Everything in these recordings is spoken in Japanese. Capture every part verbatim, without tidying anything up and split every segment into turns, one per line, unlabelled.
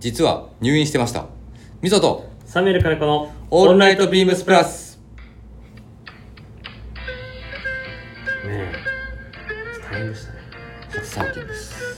実は入院してました。みそと
サミュエル金子の
オールナイトビームスプラス。
ねえ、大変でしたね。
初体験です。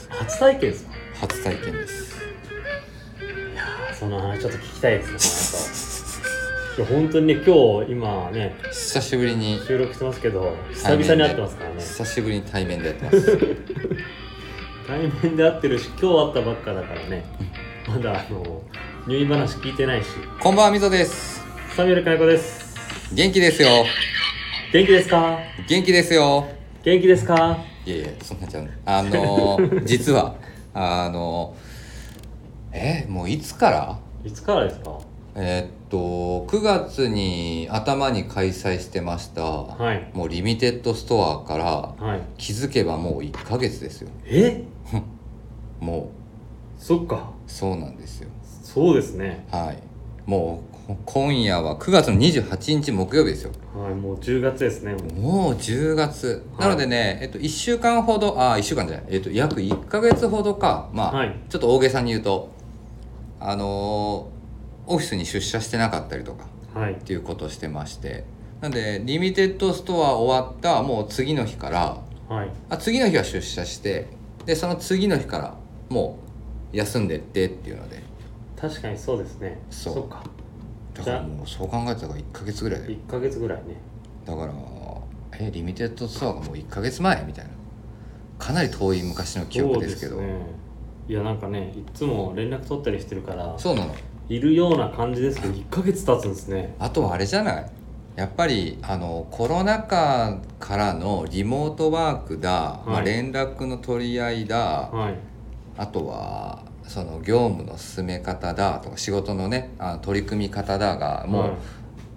初体験ですか？
初体験です。
いやー、その話ちょっと聞きたいですね。いや本当にね、今日今ね
久しぶりに
収録してますけど、久々に会ってますからね。
久しぶりに対面でやってます
対面で会ってるし、今日会ったばっかだからね、まだあの入院話聞いてないし。
こんばんは、みそです。
サミュエル金子です。
元気ですよ。
元気ですか？
元気ですよ。
元気ですか？
いやいや、そんなちゃう。あのー、実はあのー、えもういつから
いつからですか？
えーっとくがつに頭に開催してました、
はい、
もうリミテッドストアから、
はい、
気づけばもういっかげつですよ。
え
も
うそっか、
そうなんですよ。
そうですね。
はい、もう今夜はくがつのにじゅうはちにち木曜日ですよ。
はい、もうじゅうがつですね。もう
もうじゅうがつ、
はい、
なのでね、えっと、いっしゅうかんほど、あいっしゅうかんじゃない、えっと、約いっかげつほどか、まあ、
はい、
ちょっと大げさに言うとあのーオフィスに出社してなかったりとか、はい、っていうことをしてまして、なのでリミテッドストア終わったもう次の日から、はい、あ次の日は出社して、でその次の日からもう休んでってっていうので。
確かにそうですね。そう、そっか。
だからもうそう考えたらいっかげつぐらいで、
いっかげつぐらいね。だ
からえリミテッドストアがもういっかげつまえみたいな、かなり遠い昔の記憶ですけど。そうですね。
いやなんかね、いつも連絡取ったりしてるから、
そうなの、い
るような感じですけど、いっかげつ経つんですね。
あとはあれじゃない、やっぱりあのコロナ禍からのリモートワークだ、はい、まあ、連絡の取り合いだ、はい、あとはその業務の進め方だとか仕事のねあ取り組み方だがもう、はい、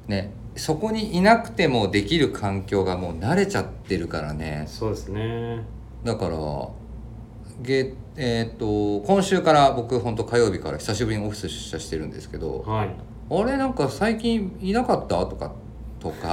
ね、そこにいなくてもできる環境がもう慣れちゃってるからね。
そうですね。
だからげえー、と今週から僕本当火曜日から久しぶりにオフィス出社してるんですけど、はい、あれなんか最近いなかったとかとか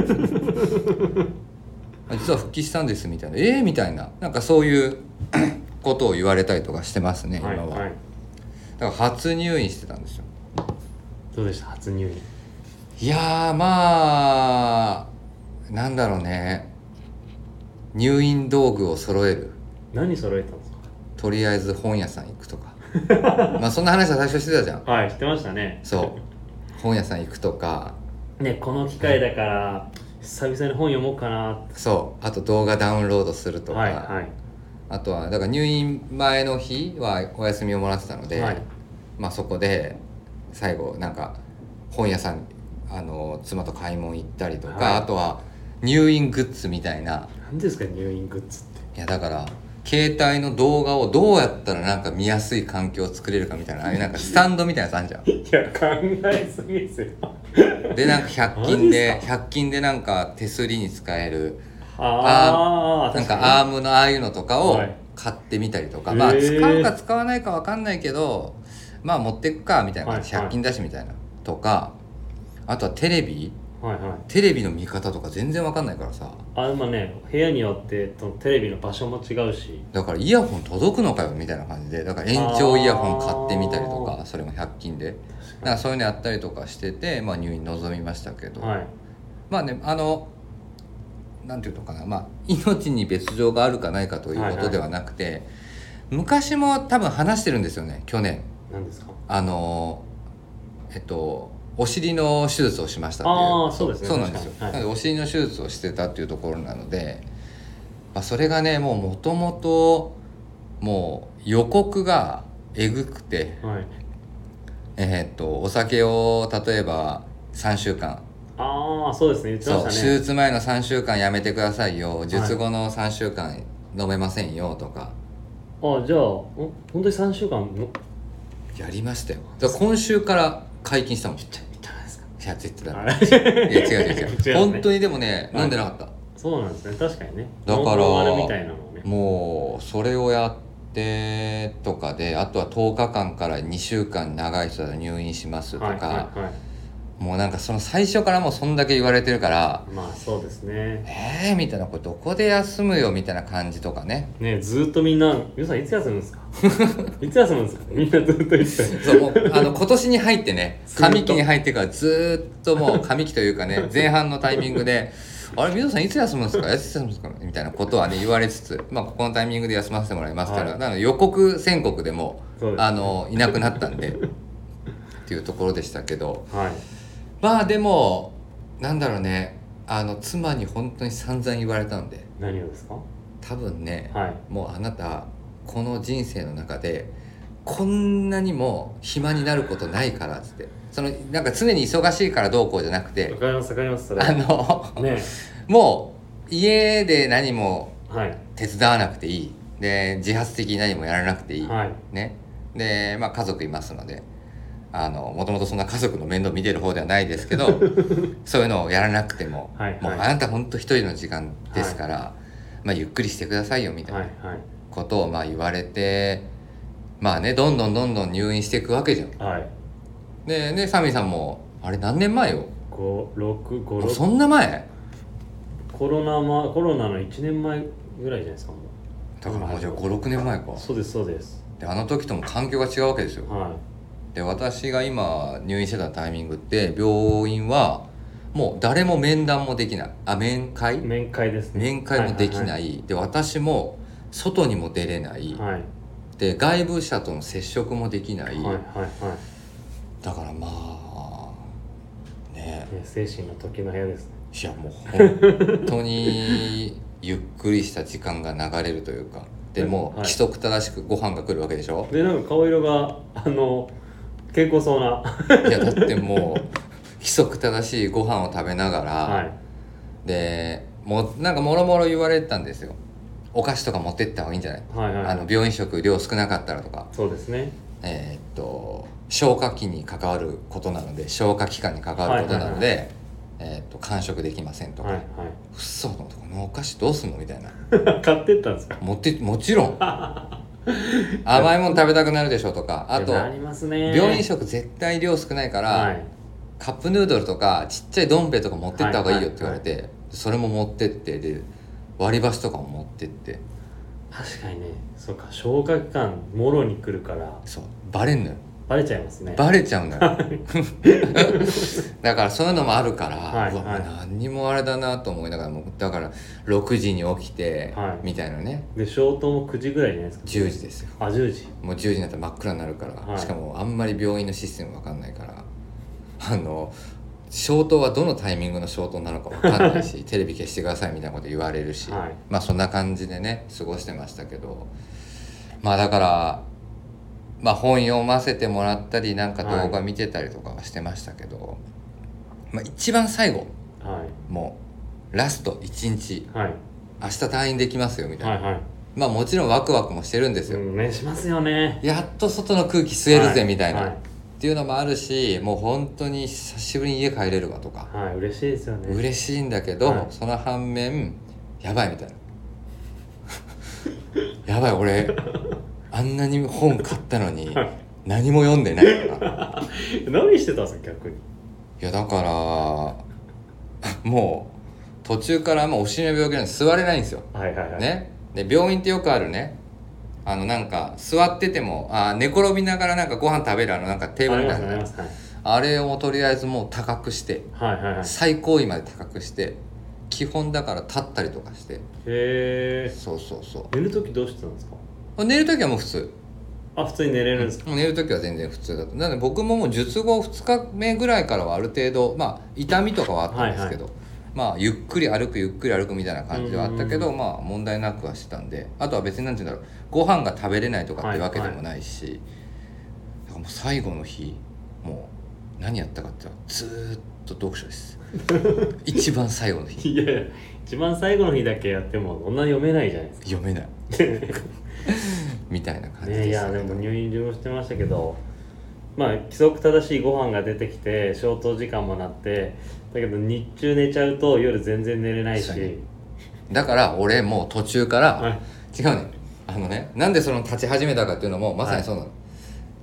実は復帰したんですみたいな、えーみたいな、なんかそういうことを言われたりとかしてますね今は、はいはい、だから初入院してたんですよ。
どうでした初入院？
いやーまあなんだろうね、入院道具を揃える。
何揃えたんですか？
とりあえず本屋さん行くとかまあそんな話は最初してたじゃん。
はい、してましたね。
そう本屋さん行くとか
ね、この機会だから久々に本読もうかなって。
そう、あと動画ダウンロードするとか、はいはい、あとはだから入院前の日はお休みをもらってたので、はい、まあそこで最後なんか本屋さんあの妻と買い物行ったりとか、はい、あとは入院グッズみたいな。
何ですか入院グッズって？
いやだから携帯の動画をどうやったらなんか見やすい環境を作れるかみたいな、ああいうなんかスタンドみたいなやつあるじゃん。
いや考えすぎですよ
でなんかひゃく均でひゃく均でなんか手すりに使える
あ
あなんかアームのああいうのとかを買ってみたりとか、はい、まあ使うか使わないか分かんないけどまあ持ってくかみたいな感じ、はいはい、ひゃく均だしみたいなとか、あとはテレビ、はいはい、テレビの見方とか全然分かんないからさ。
あまあね、部屋によってテレビの場所も違うし、
だからイヤホン届くのかよみたいな感じで、だから延長イヤホン買ってみたりとか、それもひゃく均でだからそういうのやったりとかしてて、まあ、入院臨みましたけど、はい、まあねあのなんていうのかな、まあ命に別状があるかないかということではなくて、はいはい、昔も多分話してるんですよね去年。
何ですか？
あのえっとお尻の手術をしましたっていう。
ああそうですね。
そうなんですよ、はい、なのでお尻の手術をしてたっていうところなので、まあ、それがねもうもともともう予告がえぐくて、はい、えー、っとお酒を例えばさんしゅうかん、
ああそうですね言ってましたね。
そう手術前のさんしゅうかんやめてくださいよ、術後のさんしゅうかん飲めませんよとか、
はい、あじゃあ本当にさんしゅうかんの
やりましたよ。だから今週から解禁したもん。
言ってないですか？
いや絶対ダメ。いや違う違う違う違う、ね、本当にでもね、はい、飲んでなかった。
そうなんですね。確かにね。
だから
みたいなのね、
もうそれをやってとかで、あとはとおかかんからにしゅうかん長い人は入院しますとか、はいはいはい、 もうなんかその最初からもうそんだけ言われてるから、
まあそうですね。
えーみたいな、これどこで休むよみたいな感じとかね。
ね、ずっとみんな「皆さんいつ休むんですかいつ休むんですか?」みんなずっと言って
そう、もうあの今年に入ってね、上期に入ってからずっともう上期というかね前半のタイミングで「あれ皆さんいつ休むんですかいつ休むんですか?」みたいなことはね言われつつ、まあここのタイミングで休ませてもらいますから、はい、だから予告宣告でもで、ね、あのいなくなったんでっていうところでしたけど、はい、まあでもなんだろうね、あの妻に本当に散々言われたんで。
何をですか？
多分ね、
はい、
もうあなたこの人生の中でこんなにも暇になることないからっつって、そのなんか常に忙しいからどうこうじゃなくて、
わかりますわかります、それ
あの、ね、もう家で何も手伝わなくていい、で自発的に何もやらなくていい、はい、ね、で、まあ、家族いますので、あのもともとそんな家族の面倒見てる方ではないですけどそういうのをやらなくても、はいはい、もうあなた本当一人の時間ですから、はい、まあ、ゆっくりしてくださいよみたいなことをまあ言われて、まあね、どんどんどんどん入院していくわけじゃん、はい、でね、サミーさんもあれ何年前よ？
ご、ろく、ご、ろく、
そんな前？
コロナ、ま、コロナのいちねんまえぐらいじゃないですか。も
うだからもうじゃあご、ろくねんまえか。
そうですそうです。
であの時とも環境が違うわけですよ、はい、で私が今入院してたタイミングって病院はもう誰も面談もできない、あ、面会
面会ですね。
面会もできない、はいはいはい、で私も外にも出れない、はい、で外部者との接触もできない、はいはいはい、だからまあね、
精神の時の部屋ですね。
いやもう本当にゆっくりした時間が流れるというか、でもう規則正しくご飯が来るわけでしょ。
でなんか顔色があの健康そうな。
いやだってもう規則正しいご飯を食べながら、はい、でもうなんかもろもろ言われてたんですよ。お菓子とか持ってった方がいいんじゃない、はいはいはい、あの病院食量少なかったらとか。
そうですね。
えー、っと消化器に関わることなので、消化器官に関わることなので、はいはいはい、えー、っと完食できませんとか、はいはい、うっそとかこのお菓子どうすんのみたいな
買ってったんですか？
持ってもちろん甘いもの食べたくなるでしょとか、あと
ありますね、
病院食絶対量少ないから、はい、カップヌードルとかちっちゃいどん兵衛とか持ってった方がいいよって言われて、はいはいはい、それも持ってって、で割り箸とかも持ってって。
確かにね、そうか、消化器官もろに来るから
そうバレんのよ。
バレちゃいますね。
バレちゃうんだよだからそういうのもあるから、はい、うわ、はい、何にもあれだなと思いながら、もうだからろくじに起きて、はい、みたいなね。
で消灯もくじぐらいじゃないですか。
じゅうじですよ。
あ、じゅうじ。
もうじゅうじになったら真っ暗になるから、はい、しかもあんまり病院のシステム分かんないから、あの消灯はどのタイミングの消灯なのか分かんないしテレビ消してくださいみたいなこと言われるし、はい、まあそんな感じでね過ごしてましたけど、まあだからまあ本読ませてもらったりなんか動画見てたりとかはしてましたけど、はい、まあ一番最後、はい、もうラストいちにち、はい、明日退院できますよみたいな、はいはい、まあもちろんワクワクもしてるんですよ、
うんね、しますよね。
やっと外の空気吸えるぜみたいな、はいはい、っていうのもあるし、もう本当に久しぶりに家帰れるわとか、
はい、嬉しいですよね。
嬉しいんだけど、はい、その反面やばいみたいなやばい俺あんなに本買ったのに何も読んでないとか
何してたんですか逆に。い
やだからもう途中からもうお尻の病気なんで座れないんですよ、はいはいはい、ね、で病院ってよくあるね、あのなんか座っててもあ寝転びながらなんかご飯食べるあのなんかテーブルみたいな あ, あ, あれをとりあえずもう高くして、はいはいはい、最高位まで高くして基本だから立ったりとかして。へ
え。
そうそうそう。
寝るときどうしてたんですか？
寝るときはもう普通。
あ、普通に寝れるんですか？
うん、寝るときは全然普通だと。なので僕ももう術後ふつかめぐらいからはある程度まあ痛みとかはあったんですけど、はいはい、まあゆっくり歩くゆっくり歩くみたいな感じではあったけど、まあ問題なくはしてたんで、あとは別になんて言うんだろう、ご飯が食べれないとかってわけでもないし、はいはい、だからもう最後の日もう何やったかって言ったらずーっと読書です一番最後の日。
いやいや、一番最後の日だけやってもそんな読めないじゃないですか。
読めないみたいな感じでした、
ね。いやでも入院療養してましたけど、まあ規則正しいご飯が出てきて消灯時間もなって、だけど日中寝ちゃうと夜全然寝れないし、
だから俺もう途中から、はい、違うね、あのね、なんでその立ち始めたかっていうのもまさにそうなの、はい、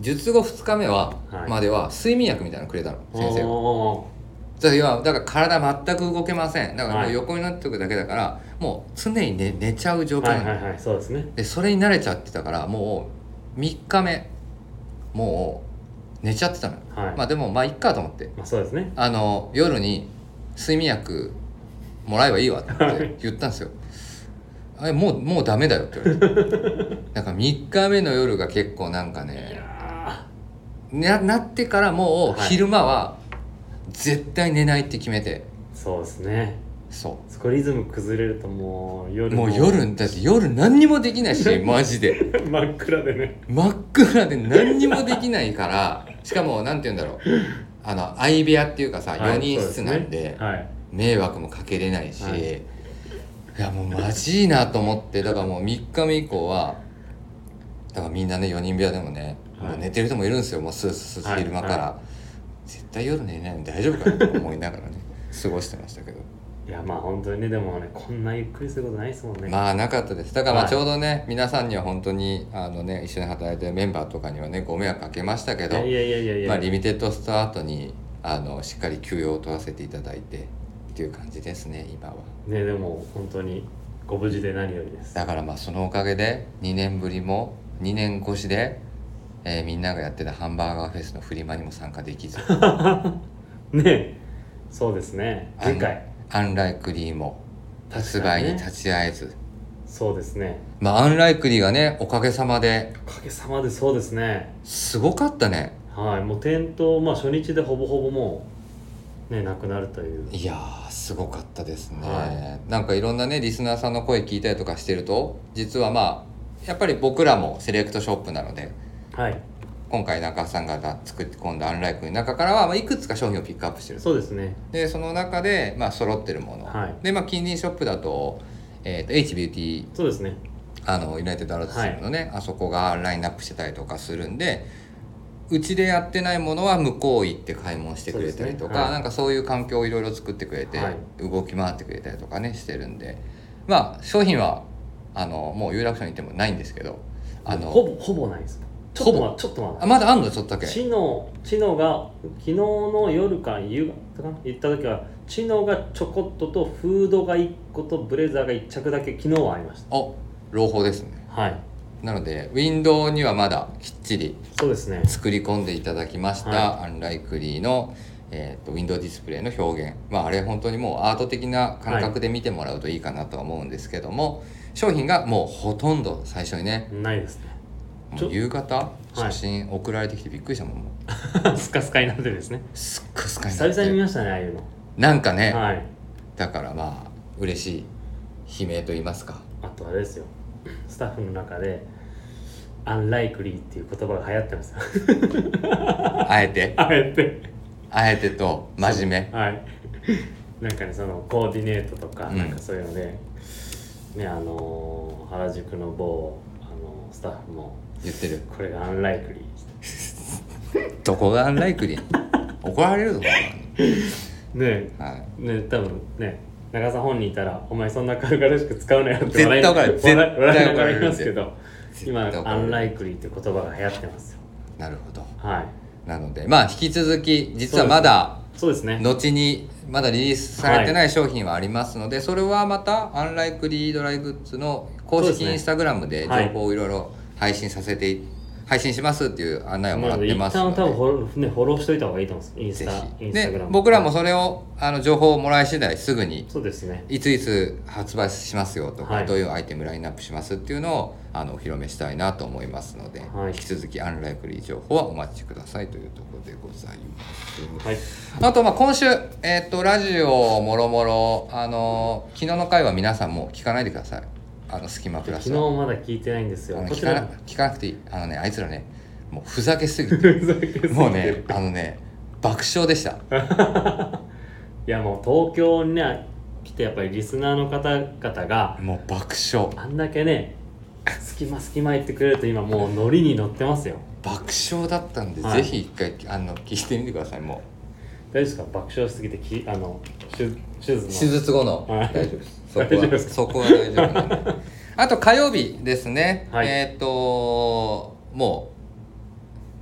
術後ふつかめは、
はい、
までは睡眠薬みたいなのくれたの先生が。だからだから体全く動けません。だからもう横になっておくだけだから、はい、もう常に 寝, 寝ちゃう状況なの、
はいはいはい、そうですね。
でそれに慣れちゃってたからもうみっかめもう寝ちゃってたの、はい、まあでもまあいっかと思って、
まあ、そうですね、
あの夜に睡眠薬もらえばいいわって言ったんですよあれもうもうダメだよって言われてだからみっかめの夜が結構なんかねな, なってからもう昼間は絶対寝ないって決めて、はい、
そうですね。
そう
そこリズム崩れるともう夜
もう夜だって夜何にもできないしマジで
真っ暗でね
真っ暗で何にもできないからしかもなんて言うんだろうあの相部屋っていうかさ、はい、よにん室なんで、ねはい、迷惑もかけれないし、はい、いやもうマジいいなと思ってだからもうみっかめ以降はだからみんなねよにん部屋でもね、はい、もう寝てる人もいるんですよもうスースースー昼間から、はいはい、絶対夜寝ないの大丈夫かなと思いながらね過ごしてましたけど
いやまあ本当にねでもねこんなゆっくりすることないですもんね。
まあなかったです。だからまあちょうどね、はい、皆さんには本当にあのね一緒に働いてるメンバーとかにはねご迷惑かけましたけど、
いやいやいやいや
まあリミテッドスタートにあのしっかり休養を取らせていただいてっていう感じですね今は。
ねでも本当にご無事で何よりです。
だからまあそのおかげでにねんぶりもにねん越しで、えー、みんながやってたハンバーガーフェスのフリマにも参加できず
ねえそうですね次回
アンライクリーも発売に立ち会えず、ね、
そうですね
まあアンライクリーがねおかげさまで
おかげさまでそうですね
すごかったね。
はいもう店頭まあ初日でほぼほぼもうねなくなるという
いやーすごかったですね、はい、なんかいろんなねリスナーさんの声聞いたりとかしてると実はまあやっぱり僕らもセレクトショップなので、はい、今回中さんが作って込んだアンライクの中からは、まあ、いくつか商品をピックアップしてる。
そうですね。
でその中で、まあ、揃ってるもの、はい、で、まあ、近隣ショップだと、えー、と H ビューティー
そうですね
あのユナイテッドアラートチームのね、はい、あそこがラインナップしてたりとかするんでうちでやってないものは向こう行って買い物してくれたりとか、ねはい、なんかそういう環境をいろいろ作ってくれて、はい、動き回ってくれたりとかねしてるんでまあ商品はあのもう有楽町に行ってもないんですけどあの
ほぼほぼないですちょっと待ってちょっと待って
あまだあんのちょっとだけ
知能知能が昨日の夜か夕方かな行った時は知能がちょこっととフードがいっことブレザーがいっ着だけ昨日はありました。
お朗報ですね。
はい
なのでウィンドウにはまだきっちり
そうですね
作り込んでいただきました、はい、アンライクリーの、えー、とウィンドウディスプレイの表現、まあ、あれ本当にもうアート的な感覚で見てもらうといいかなとは思うんですけども、はい、商品がもうほとんど最初にね
ないですね。
もう夕方写真送られてきてびっくりしたもん、も
うスカスカになってですね
スッカスカになって
久々に見ましたねああいうの
なんかね、
はい、
だからまあ嬉しい悲鳴と言いますか
あとあれですよスタッフの中でアンライクリーっていう言葉が流行ってます
あえて
あえて
あえてと真面目
はいなんかねそのコーディネートとか、うん、なんかそういうのでねあのー、原宿の某あのー、スタッフも
言ってる
これがアンライクリ
ーどこがアンライクリー怒られるぞね
え、はい、ね多分ね中さん本人いたらお前そんな軽々しく使うなよって
笑いながら絶対
笑いながら言いますけど今アンライクリーって言葉が流行ってますよ。
なるほど、
はい、
なのでまあ引き続き実はまだ
そうですね
後にまだリリースされてない商品はありますので、はい、それはまたアンライクリードライグッズの公式インスタグラムで情報をいろいろ配信させて配信しますっていう案内をもらってますので
一旦多分フォロー、ね、フォローしといた方がいいと思いますインスタインスタグラム
で僕らもそれをあの情報をもらい次第すぐに
そうですね
いついつ発売しますよとか、
はい、
どういうアイテムラインナップしますっていうのをあのお披露目したいなと思いますので、はい、引き続きアンライクリー情報はお待ちくださいというところでございます、はい、あとまあ今週、えー、とラジオもろもろあの昨日の回は皆さんも聞かないでください。あのスキマプラス
は昨日まだ聞いてないんですよ。
聞かな、聞かなくていい。あのねあいつらねもうふざけすぎてもうねあのね爆笑でした
いやもう東京にね来てやっぱりリスナーの方々が
もう爆笑
あんだけね隙間隙間言ってくれると今もうノリに乗ってますよ。
爆笑だったんで、はい、ぜひ一回あの聞いてみてください。も
う大丈夫ですか爆笑しすぎてきあの手術の
手術後の大丈夫ですそこはそこは大丈夫なんであと火曜日ですね、はい、えっ、ー、ともう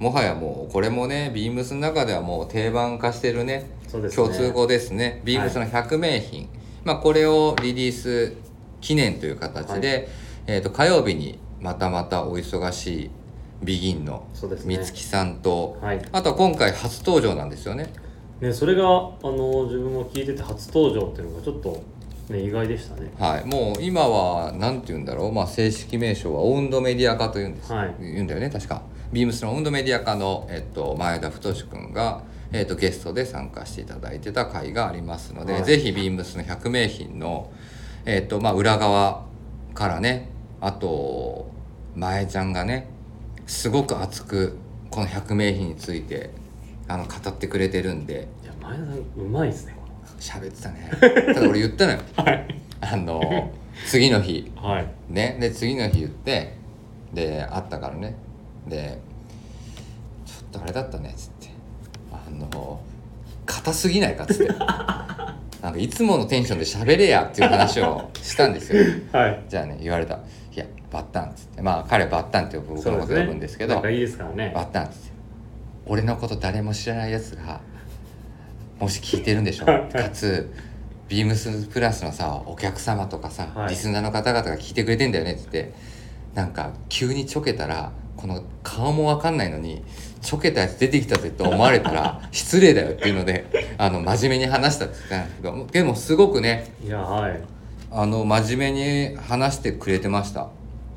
もはやもうこれもねビームスの中ではもう定番化してるね、
そうですね、
共通語ですね。ビームスのひゃく名品、はい、まあ、これをリリース記念という形で、はい、えーと火曜日にまたまたお忙しいビギンの美月さんと、ね、はい、あとは今回初登場なんですよね。
ね、それがあの自分も聞いてて初登場っていうのがちょっと、ね、意外でしたね。
はい、もう今はなんて言うんだろう、まあ、正式名称はオウンドメディア化というんです、はい、言うんだよね確か。ビームスのオウンドメディア化の、えっと、前田太君が、えっと、ゲストで参加していただいてた回がありますので、はい、ぜひビームスのひゃく名品の、えっとまあ、裏側からね、あと前ちゃんがねすごく熱くこのひゃく名品についてあの語ってくれてるんで。
いや前田さんうまいですね。
喋ってたね。ただ俺言ったのよ、はい、あの次の日、はい、ね、で次の日言ってで会ったからね、でちょっとあれだったねっつって、あの硬すぎないかっつってなんかいつものテンションで喋れやっていう話をしたんですよ、はい、じゃあね言われた。いやバッタンっつって、まあ彼バッタンって僕のこと呼ぶんですけど、
仲いいですからね。
バッタンっつって、俺のこと誰も知らないやつがもし聞いてるんでしょかつビームスプラスのさお客様とかさ、はい、リスナーの方々が聞いてくれてんだよねって言って、なんか急にちょけたらこの顔も分かんないのにちょけたやつ出てきたぜと思われたら失礼だよっていうのであの真面目に話したって言ったんですけど、でもすごくね、
いや、はい、
あの真面目に話してくれてました。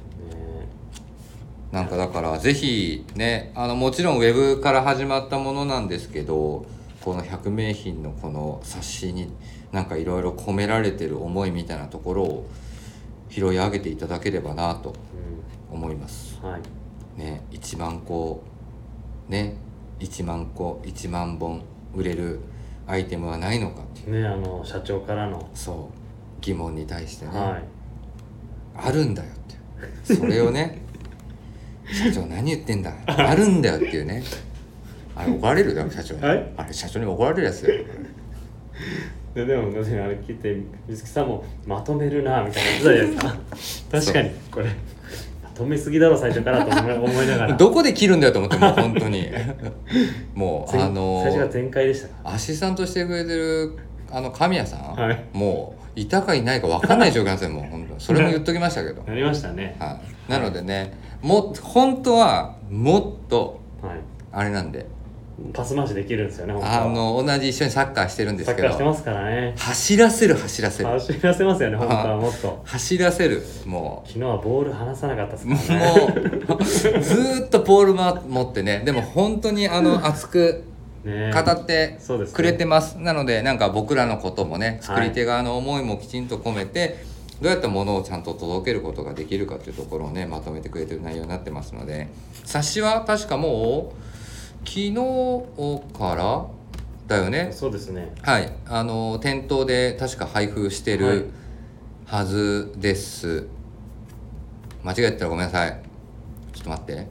なんかだからぜひね、あのもちろんウェブから始まったものなんですけど、このひゃく名品のこの冊子になんかいろいろ込められてる思いみたいなところを拾い上げていただければなと思います、うん、はいね、いちまんこねいちまんこいちまんぼん売れるアイテムはないのかっていう
ね、あの社長からの
そう疑問に対してね、
はい、
あるんだよってそれをね社長何言ってんだあるんだよっていうね、あれ怒られるだろ社長に、はい、あれ社長に怒られるやつだよ
で, でも、ね、あれ聞いて水木さんもまとめるなみたいな言ってたじゃないですか確かにこれまとめすぎだろ最初からと思いながら
どこで切るんだよと思ってもう本当にもうあの
最初が全開でした
アシスタントしてくれてるあの神谷さん、はい、もういたかいないか分かんない状況なんですよもう本当それも言っときましたけど
なりましたね、
はい、なのでね、も本当はもっと、はい、あれなんで
パス回しできるんですよね本当
は。あの同じ一緒にサッカーしてるんですけど、
サッカーしてますからね。
走らせる走らせる
走らせますよね本当は。もっと
走らせる。も
う昨日はボール離さなかったですからね
もうずーっとボール持ってね、でも本当にあの熱く語ってくれてます、ね、なのでなんか僕らのこともね、作り手側の思いもきちんと込めて、はい、どうやって物をちゃんと届けることができるかというところをねまとめてくれてる内容になってますので、冊子は確かもう昨日からだよね。
そうですね、
はい、あの店頭で確か配布してるはずです、はい、間違えてたらごめんなさい。ちょっと待って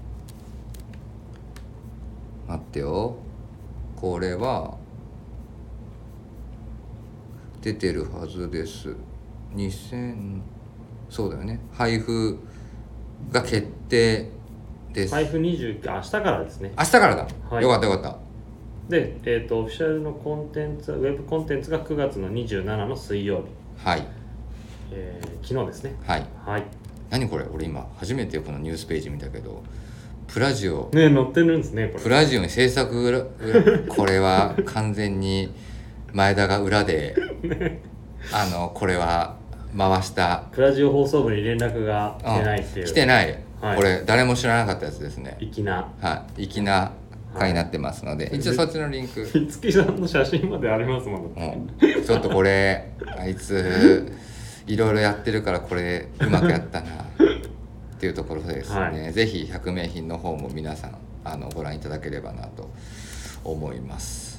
待ってよ、これは出てるはずです。にせんそうだよね、配布が決定です。
配布にじゅうきゅう明日からですね。
明日からだ、はい、よかったよかった。
で、えーと、オフィシャルのコンテンツウェブコンテンツがくがつのにじゅうしちの水曜日、
はい、
えー、昨日ですね。
はい、
はい、
何これ、俺今初めてこのニュースページ見たけどプラジオ
ね載ってるんですね。これ
プラジオに制作裏これは完全に前田が裏で、ね、あのこれは回した
プラジオ放送部に連絡が来てないっていう、
うん、来てない、はい、これ誰も知らなかったやつですね。
粋な、
はい、粋な回になってますので、はい、一応そっちのリンク
いつきさんの写真までありますもん、
うん、ちょっとこれあいついろいろやってるからこれうまくやったなっていうところですね、はい、ぜひひゃく名品の方も皆さんあのご覧いただければなと思います。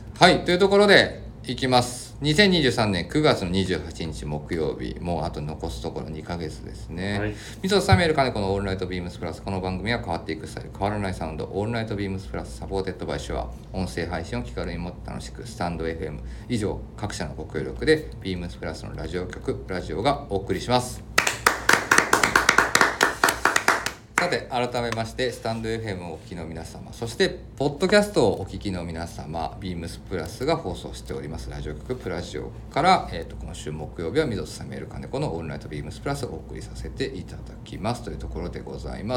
はい、というところでいきます。にせんにじゅうさんねんくがつのにじゅうはちにち木曜日、もうあと残すところにかげつですね、はい、みそサミュエル金子のオールナイトビームスプラス。この番組は変わっていくスタイル、変わらないサウンド、オールナイトビームスプラスサポーテッドバイシュア。音声配信を気軽にもっと楽しくスタンド エフエム 以上各社のご協力でビームスプラスのラジオ局ラジオがお送りします。ささて改めましてスタンド エフエム をお聞きの皆様、そしてポッドキャストをお聞きの皆様、ビームスプラスが放送しておりますラジオ局プラジオから、えー、と今週木曜日は溝津サミュエル金子のオールナイトビームスプラスをお送りさせていただきますというところでございます。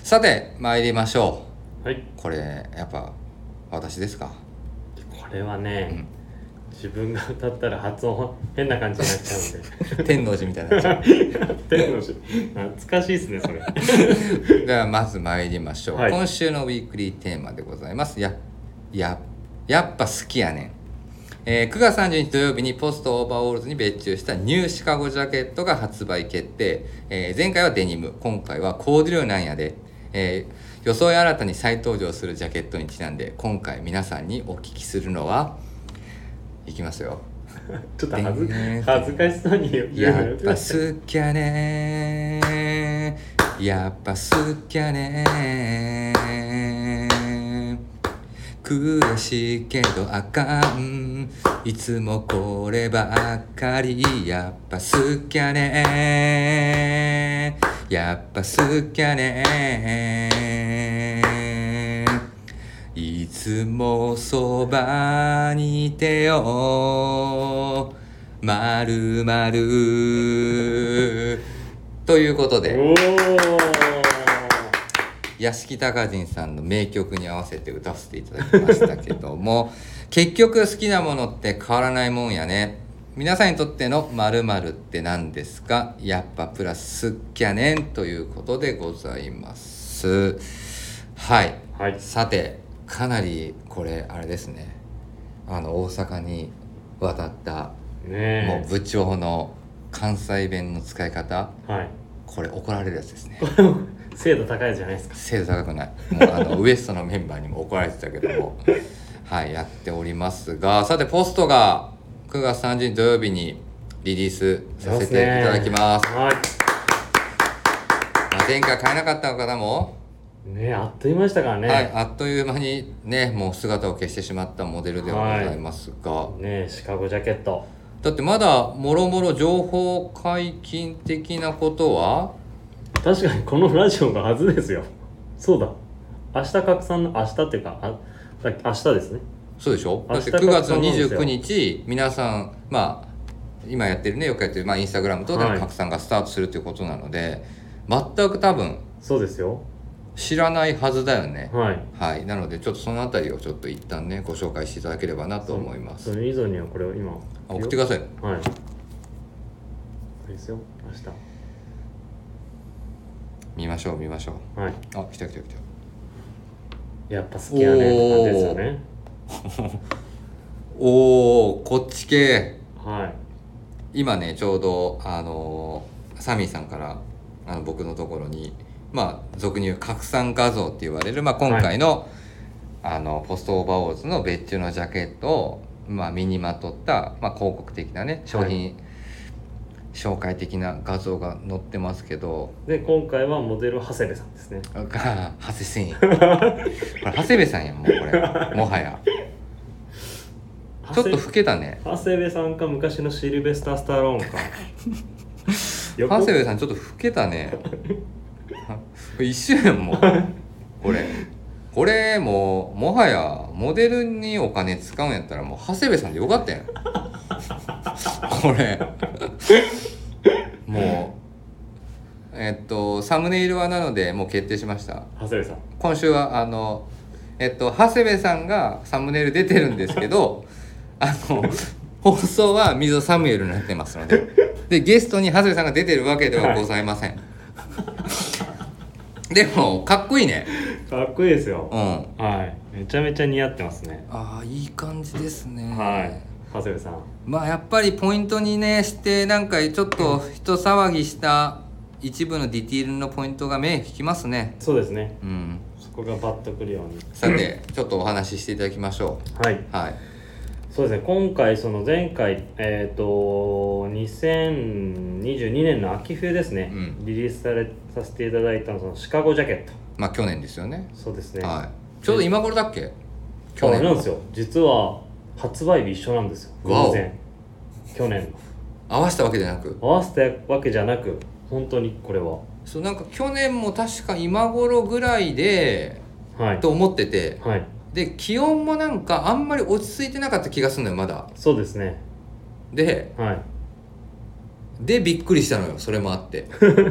さて参りましょう。はい、これやっぱ私ですか。
これはね、うん、自分が歌ったら発音変な感じになっちゃうんで
天王寺みたいになっちゃう
天王寺懐かしいですねそれ
ではまず参りましょう、はい、今週のウィークリーテーマでございます。やややっぱ好きやねん、えー、くがつさんじゅうにち土曜日にポストオーバーオールズに別注したニューシカゴジャケットが発売決定、えー、前回はデニム、今回はコーデュロイなんやで、えー、装い新たに再登場するジャケットにちなんで今回皆さんにお聞きするのはいきますよ
ちょっと恥ず恥ずかしそうに言う
やっぱ好きやねやっぱ好きやね悔しいけどあかんいつもこればっかりやっぱ好きやねやっぱ好きやねいつもそばにいてよまるまるということでお屋敷隆人さんの名曲に合わせて歌わせていただきましたけども結局好きなものって変わらないもんやね。皆さんにとっての〇〇って何ですか。やっぱプラス好きやねんということでございます。はい、はい、さてかなりこれあれですね、あの大阪に渡ったねもう部長の関西弁の使い方、はい、これ怒られるやつですね
精度高いじゃないですか。
精度高くない。もうあのウエストのメンバーにも怒られてたけどもはいやっておりますが、さてポストがくがつさんじゅうにち土曜日にリリースさせていただきます。はい、まあ、前回買えなかった方も
ねあっという間でしたからね。
はい、あっという間にねもう姿を消してしまったモデルではございますが、は
い、ねシカゴジャケット
だってまだもろもろ情報解禁的なことは
確かにこのラジオがはずですよ。そうだ明日拡散の明日っていうかあ明日ですね。
そうでしょ。だってくがつのにじゅうくにち皆さんまあ今やってるねよくやってる、まあ、インスタグラム等での拡散がスタートするということなので、はい、全く多分そうですよ知らないはずだよね。はい、はい、なのでちょっとそのあたりをちょっと一旦ねご紹介していただければなと思います。
それ以上にはこれを今
あ送ってください。
はい。いいですよ明日。
見ましょう見ましょう。はい。あ来た来た来た。
やっぱ好きやねって感じですよね。
おおこっち系。
はい。
今ねちょうどあのサミーさんからあの僕のところに。まあ、俗に言う拡散画像って言われる、まあ、今回の、はい、あのポストオーバーオールズの別注のジャケットを、まあ、身にまとった、まあ、広告的なね商品、はい、紹介的な画像が載ってますけど
で今回はモデル長谷部さんですね。
あ長谷せんこれ長谷部さんやんもうこれもはやちょっと老けたね。
長谷部さんか昔のシルベスター・スタローンか
長谷部さんちょっと老けたね一緒やんもうこれこれもうもはやモデルにお金使うんやったらもう長谷部さんでよかったやんこれもうえっとサムネイルはなのでもう決定しました。
長谷部さん
今週はあのえっと長谷部さんがサムネイル出てるんですけどあの放送は溝サムエルになってますのででゲストに長谷部さんが出てるわけではございません、はいでもかっこいいね。
かっこいいですよ。うん。はい。めちゃめちゃ似合ってますね。
ああいい感じですね。
はい。長谷部さん。
まあやっぱりポイントにねしてなんかちょっと一騒ぎした一部のディティールのポイントが目引きますね。
そうですね。
うん。
そこがバッとくるように。
さてちょっとお話ししていただきましょ
う。はい。
はい。
そうですね。今回その前回えっとにせんにじゅうにねんの秋冬ですね、うん、リリースされさせていただいたそのシカゴジャケット。
まあ去年ですよね。
そうですね。
はい。ちょうど今頃だっけ？
去年なんですよ。実は発売日一緒なんですよ。偶然。去年の。
合わせたわけじゃなく。
合わせたわけじゃなく、本当にこれは
そうなんか去年も確か今頃ぐらいで、はい、と思ってて、はい、で気温もなんかあんまり落ち着いてなかった気がするのよまだ。
そうですね。
で、はい、でびっくりしたのよそれもあって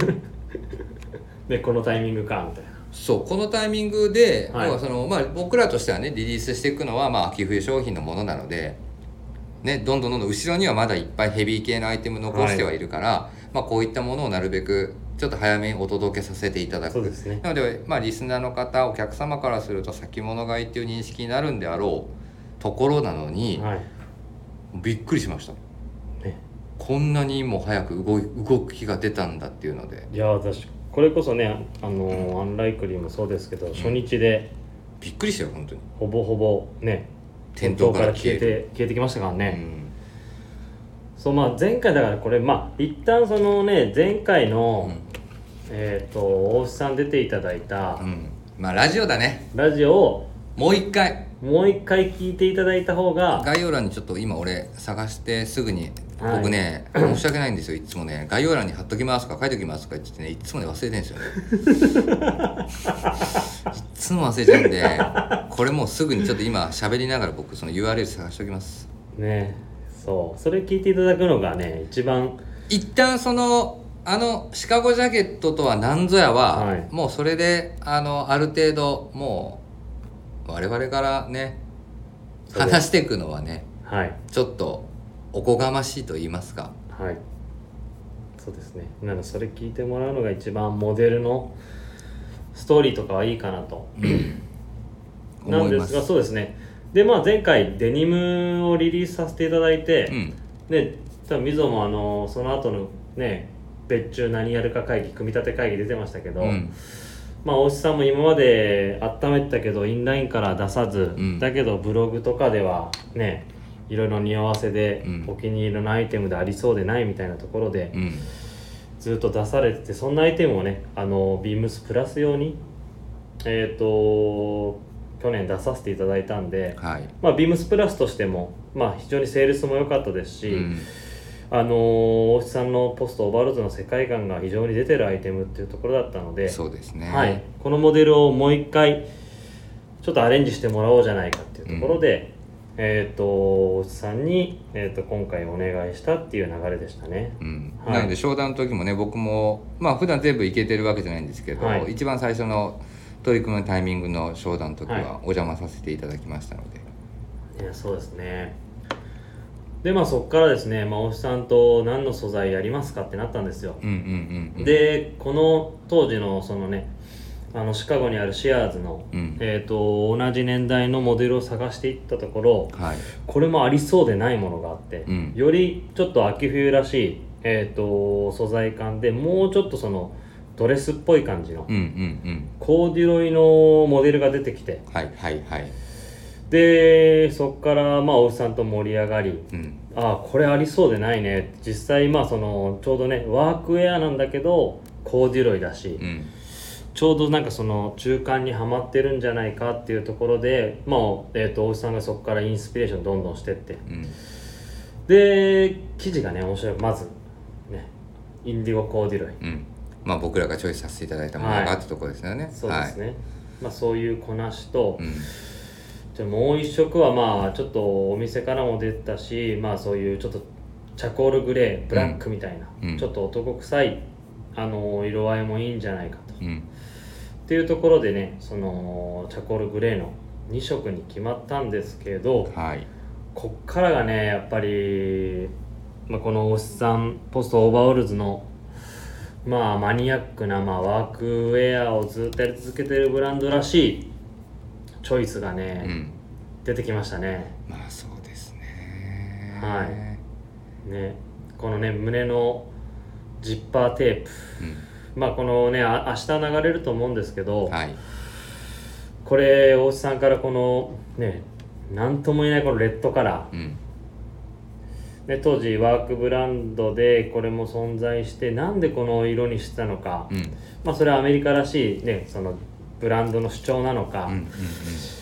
でこのタイミングかみたいな。
そうこのタイミングで、はい、要はその、まあ、僕らとしてはねリリースしていくのは、まあ、秋冬商品のものなので、ね、どんどんどんどん後ろにはまだいっぱいヘビー系のアイテム残してはいるから、はい、まあ、こういったものをなるべくちょっと早めにお届けさせていただく。
そうですね。
なので、まあ、リスナーの方お客様からすると先物買いっていう認識になるんであろうところなのに、はい、びっくりしました、ね、こんなにも早く 動, 動きが出たんだっていうので。
いや私これこそねあの、うん、アンライクリーもそうですけど、うん、初日で
びっくりしたよ本当に。
ほぼほぼね
店頭から
消えて消えてきましたからね、うん、そうまあ前回だからこれまあ一旦そのね前回の、うん、えっ、ー、と大須さん出ていただいた、
うん、まあラジオだね。
ラジオを
もう一回
もう一回聞いていただいた方が。
概要欄にちょっと今俺探してすぐに、はい、僕ね申し訳ないんですよいつもね概要欄に貼っときますとか書いときますとか言ってねいつもね忘れてるんですよねいつも忘れちゃうんでこれもうすぐにちょっと今喋りながら僕その ユーアールエル 探しておきます
ね。そうそれ聞いていただくのがね一番。
一旦そのあのシカゴジャケットとは何ぞやは、はい、もうそれであのある程度もう我々からね話していくのはね、はい、ちょっとおこがましいと言いますか。
はいそうですね。なのでそれ聞いてもらうのが一番モデルのストーリーとかはいいかなと、うん、なんですがそうですね。でまあ前回デニムをリリースさせていただいて、うん、で多分みぞもあのその後のね別注何やるか会議組み立て会議出てましたけど、うん、まあ大志さんも今まで温めてたけどインラインから出さず、うん、だけどブログとかではねいろいろ匂わせで、うん、お気に入りのアイテムでありそうでないみたいなところで、うん、ずっと出されててそんなアイテムをねあのビームスプラス用にえっ、ー、と去年出させていただいたんで、はい、まあビームスプラスとしてもまあ非常にセールスも良かったですし、うん、あの大志さんのポストオーバーローズの世界観が非常に出てるアイテムっていうところだったので、
そうですね、
はい、このモデルをもう一回ちょっとアレンジしてもらおうじゃないかっていうところで、うん、えーと大志さんに、えーと今回お願いしたっていう流れでしたね、うん
はい、なので商談の時もね僕もまあ普段全部いけてるわけじゃないんですけど、はい、一番最初の取り組むタイミングの商談の時はお邪魔させていただきましたので、
はい、いやそうですね。でまあそこからですね、まあ、大志さんと何の素材やりますかってなったんですよ、うんうんうんうん、でこの当時のそのねあのシカゴにあるシアーズの、うん、えー、と同じ年代のモデルを探していったところ、はい、これもありそうでないものがあって、うん、よりちょっと秋冬らしい、えー、と素材感でもうちょっとそのドレスっぽい感じの、うんうんうん、コーデュロイのモデルが出てきて、はいはいはい、でそこからまあ大志さんと盛り上がり、うん、ああこれありそうでないね。実際まあそのちょうどねワークウェアなんだけどコーデュロイだし、うん、ちょうどなんかその中間にはまってるんじゃないかっていうところで、まあえー、と大志さんがそこからインスピレーションどんどんしてって、うん、で生地がね面白い。まずねインディゴコーデュロイ、うん、まあ僕らがチョイスさせていただいたものがあったところですよね、はい、そうですね、はい、まあ、そういうこなしと、うんじゃもう一色はまあちょっとお店からも出たし、まあそういうちょっとチャコールグレーブラックみたいな、うん、ちょっと男臭いあの色合いもいいんじゃないかと、うん、っていうところでねそのチャコールグレーのに色に決まったんですけど、はい、こっからがねやっぱり、まあ、このおっさんポストオーバーオールズのまあマニアックな、まあ、ワークウェアをずっとやり続けてるブランドらしいチョイスがね、うん、出てきましたね。
まあそうですね。
はい。ね、このね胸のジッパーテープ、うん、まあこのねあ明日流れると思うんですけど、はい、これ大志さんからこのねなんとも言えないこのレッドカラー、うん、で当時ワークブランドでこれも存在してなんでこの色にしてたのか、うん、まあそれはアメリカらしいねそのブランドの主張なのか、うんうんうん、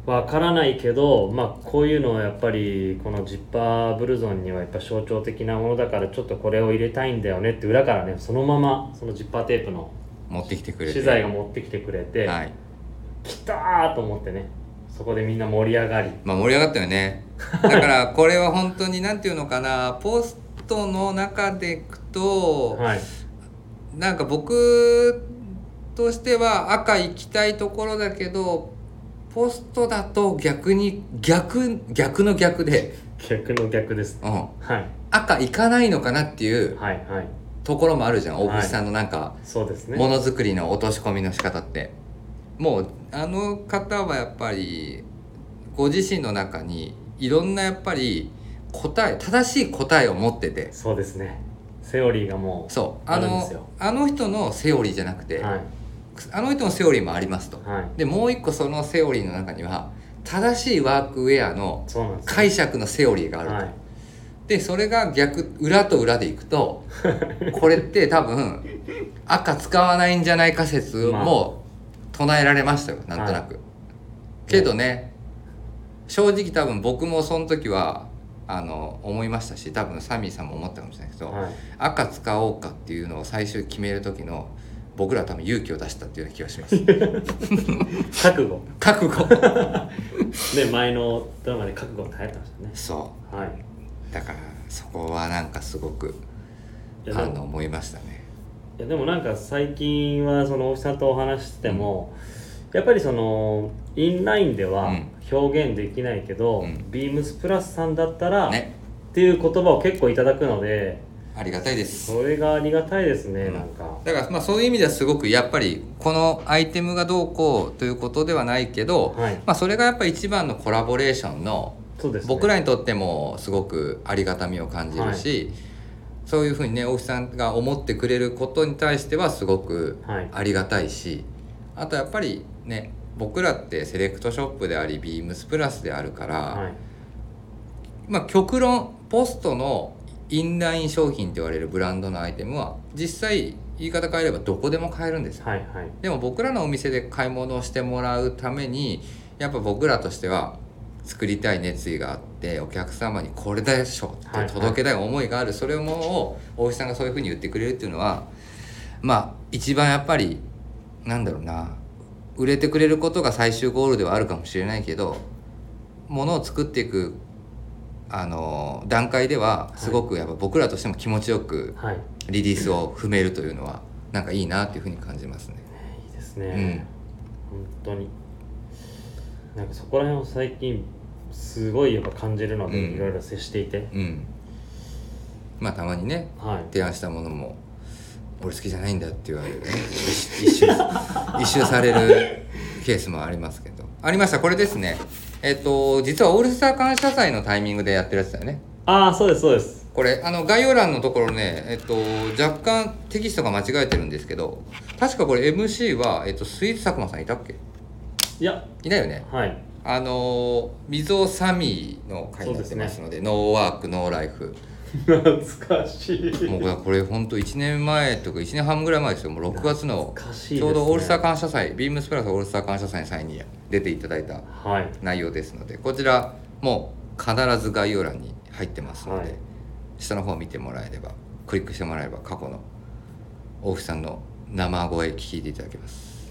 わからないけど、まあ、こういうのはやっぱりこのジッパーブルゾンにはやっぱ象徴的なものだからちょっとこれを入れたいんだよねって裏からねそのままそのジッパーテープの
持ってきてくれて
資材が持ってきてくれて、はい、来たーと思ってねそこでみんな盛り上がり
まあ盛り上がったよねだからこれは本当になんていうのかなポストの中でいくと、はい、なんか僕としては赤行きたいところだけどポストだと逆に逆逆の逆で
逆の逆です、
うんはい、赤行かないのかなっていうところもあるじゃん、はいはい、大口さんのなんか、はい、そうですね、ものづくりの落とし込みの仕方ってもうあの方はやっぱりご自身の中にいろんなやっぱり答え正しい答えを持ってて
そうですねセオリーがもう
そうあのあの人のセオリーじゃなくて、はいあの人のセオリーもありますと、はい、でもう一個そのセオリーの中には正しいワークウェアの解釈のセオリーがあると、はい、でそれが逆裏と裏でいくとこれって多分赤使わないんじゃないか説も唱えられましたよなんとなく、はい、けどね正直多分僕もその時はあの思いましたし多分サミーさんも思ったかもしれないけど、はい、赤使おうかっていうのを最終決める時の僕らは多分勇気を出したっていうような気がします
覚悟
覚悟
で前のドラマで覚悟って流行ってましたね
そう、はい、だからそこはなんかすごくあの思いましたね
いやでもなんか最近はその大木さんとお話ししても、うん、やっぱりそのインラインでは表現できないけど、うん、ビームスプラスさんだったら、ね、っていう言葉を結構いただくので
ありがたいです。
それがありがたいですね、うん、なんか
だからまあそういう意味ではすごくやっぱりこのアイテムがどうこうということではないけど、はいまあ、それがやっぱり一番のコラボレーションのそうです、ね、僕らにとってもすごくありがたみを感じるし、はい、そういうふうにね大木さんが思ってくれることに対してはすごくありがたいし、はい、あとやっぱりね僕らってセレクトショップでありビームスプラスであるから、はい、まあ極論ポストのインライン商品と言われるブランドのアイテムは実際言い方変えればどこでも買えるんですよ、はいはい、でも僕らのお店で買い物をしてもらうためにやっぱ僕らとしては作りたい熱意があってお客様にこれでしょって届けたい思いがある、はいはい、それを大石さんがそういうふうに言ってくれるっていうのはまあ一番やっぱりなんだろうな売れてくれることが最終ゴールではあるかもしれないけど物を作っていくあの段階ではすごくやっぱ僕らとしても気持ちよくリリースを踏めるというのはなんかいいなっていうふうに感じますね。
いいですね、うん、本当になんかそこら辺を最近すごいやっぱ感じるので、いろいろ接していて、うん、
まあたまにね、はい、提案したものも俺好きじゃないんだって言われるね一周一周されるケースもありますけどありましたこれですねえっと実はオールスター感謝祭のタイミングでやってるやつだよね。
ああそうですそうです。
これあの概要欄のところねえっと若干テキストが間違えてるんですけど確かこれ エムシー は、えっと、スイーツ佐久間さんいたっけ？
いや
いないよね。
はい
あの溝尾サミーの回になってますので、ノーワークノーライフ
懐かしい。
もうこれほんといちねんまえとかいちねんはんぐらい前ですよ。もうろくがつのちょうどオールスター感謝祭、ビームスプラスオールスター感謝祭の際に出ていただいた内容ですので、はい、こちらもう必ず概要欄に入ってますので、はい、下の方を見てもらえればクリックしてもらえれば過去の大木さんの生声聞いていただけます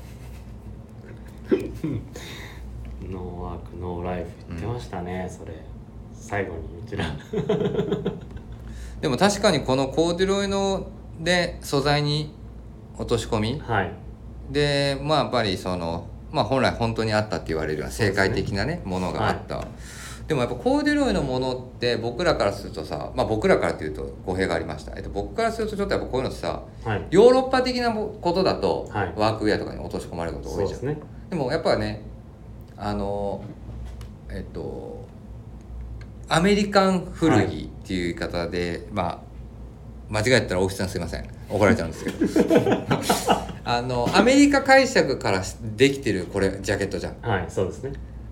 ノーワークノーライフ言ってましたね、うん、それ最後にうちら
でも確かにこのコーデュロイので素材に落とし込み、はい、でまあやっぱりその、まあ、本来本当にあったって言われるような正解的なね、ねものがあった、はい、でもやっぱコーデュロイのものって僕らからするとさ、まあ、僕らからというと語弊がありました、えっと、僕からするとちょっとやっぱこういうのってさ、はい、ヨーロッパ的なことだと、はい、ワークウェアとかに落とし込まれること多いじゃん。 そうですね。でもやっぱねあのえっとアメリカン古着っていう言い方で、はい、まあ間違えたら大木さんすいません怒られちゃうんですけどあのアメリカ解釈からできてるこれジャケットじゃん。
はいそうですね。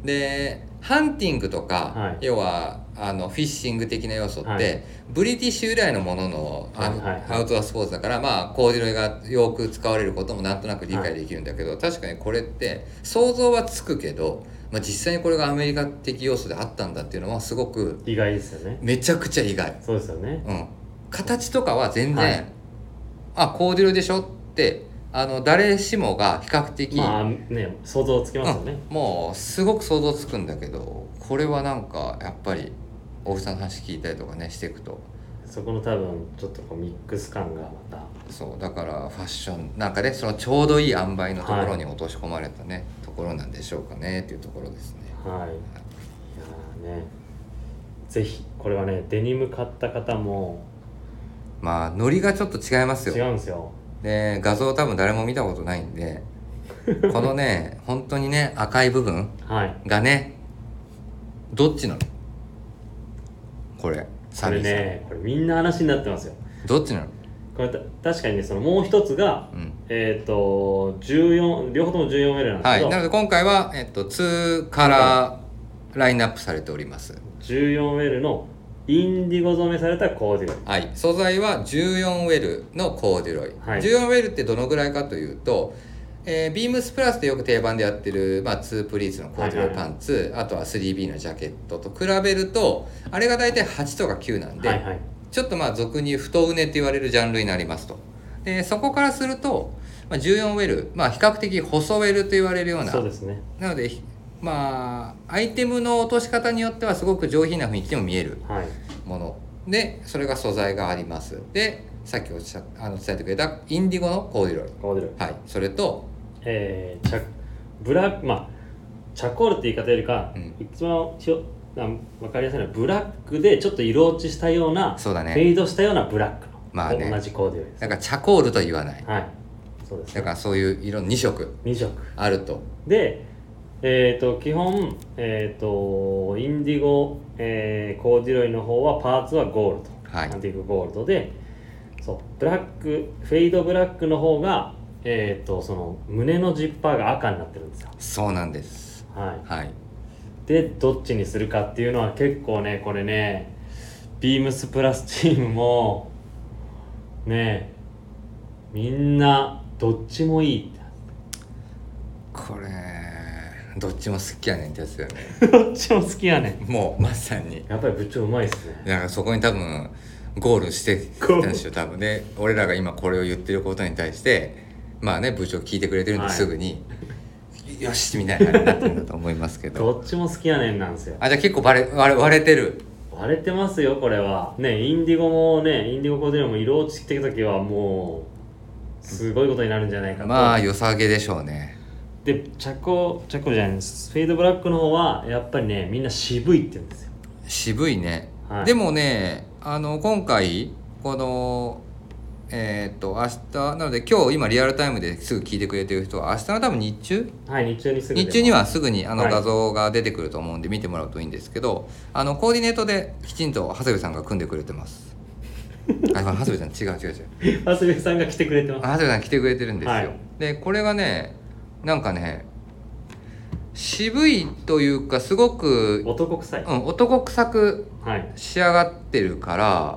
でハンティングとか、
はい、
要はあのフィッシング的な要素って、はい、ブリティッシュ由来のものの、あの、はいはいはい、アウトドアスポーツだから、まあコーデュロイがよく使われることもなんとなく理解できるんだけど、はい、確かにこれって想像はつくけど、まあ、実際にこれがアメリカ的要素であったんだっていうのはすごく
意外ですよね。
めちゃくちゃ意外。
そうですよね、
うん、形とかは全然、はい、あコーデュロイでしょってあの誰しもが比較的
まあね想像つきますよね、
うん、もうすごく想像つくんだけど、これはなんかやっぱり大木さんの話聞いたりとかねしていくと、
そこの多分ちょっとこうミックス感がまた
そうだからファッションなんかねそのちょうどいい塩梅のところに落とし込まれたね、はい、ところなんでしょうかねっていうところですね。
はい、はい、いやねぜひこれはねデニム買った方も
まあノリがちょっと違いますよ。
違うんですよ。
で画像多分誰も見たことないんでこのね本当にね赤い部分がね、はい、どっちなのこれ。
これねこれみんな話になってますよ。
どっちなの
これ確かにねそのもう一つが、うん、えっ、ー、とじゅうよん両方とも じゅうよんエル なんですけど、
はい、なので今回は、えっと、にカラーラインナップされております。
じゅうよんエル のインディゴ染めされたコーデュロイ、
はい、素材は じゅうよんエル のコーデュロイ、はい、じゅうよんエル ってどのぐらいかというと、えー、ビームスプラスでよく定番でやってる、まあ、にプリーツのコーデュロイパンツ、はいはいはい、あとは スリービー のジャケットと比べるとあれが大体はちとかきゅうなんで、はいはい、ちょっとまあ俗に太畝って言われるジャンルになりますと。でそこからすると、まあ、じゅうよんエル、まあ、比較的細 L と言われるような、
そうですね、
なのでまあアイテムの落とし方によってはすごく上品な雰囲気でも見えるもの、はい、でそれが素材があります。でさっきおっしゃあの伝えてくれたインディゴのコーデュロイ、
コーデュロイ、
はい、それと、
えー、チャブラックまあチャコールって言い方よりか、うん、一番ひょ分かりやすいのはブラックでちょっと色落ちしたような、
そうだね、
フェードしたようなブラックの、
まあね、
同じコーデュロイです。
だからチャコールとは言わない、
はい、そうですね、
だからそういう色に色
に色
あると。
でえー、と基本、えー、とインディゴ、えー、コーデュロイの方はパーツはゴールド、はい、アンティークゴールドで、そうブラックフェードブラックの方が、えー、とその胸のジッパーが赤になってるんですよ。
そうなんです、
はい、
はい、
でどっちにするかっていうのは結構ねこれねビームスプラスチームもねみんなどっちもいいって。
これどっちも好きやねんってやつだよね
どっちも好きやね
んもうまさに
やっぱり部長うまいっすね。
だからそこに多分ゴールしてきたんですよ多分ね。俺らが今これを言ってることに対してまあね部長聞いてくれてるんで、はい、すぐによしみたいな感じになってるんだと思いますけど
どっちも好きやねんなんですよ。
あじゃあ結構バレ割れ割れてる
割れてますよこれはね。インディゴもねインディゴコーデュロイも色落ちてきた時はもうすごいことになるんじゃないかと。
まあ良さげでしょうね。
でチャコチャコじゃないですフェードブラックの方はやっぱりねみんな渋いって言うんですよ。
渋いね、はい、でもねあの今回このえー、っと明日なので今日今リアルタイムですぐ聞いてくれてる人は明日の多分日中
はい日中にすぐ
日中にはすぐにあの画像が出てくると思うんで見てもらうといいんですけど、はい、あのコーディネートできちんと長谷部さんが組んでくれてますあ長谷部さん違う違う違う
長谷部さんが来てくれてます。
長谷部さん来てくれてるんですよ、
はい、
でこれがねなんかね渋いというかすごく
男臭い、
うん、男臭く仕上がってるから、はい、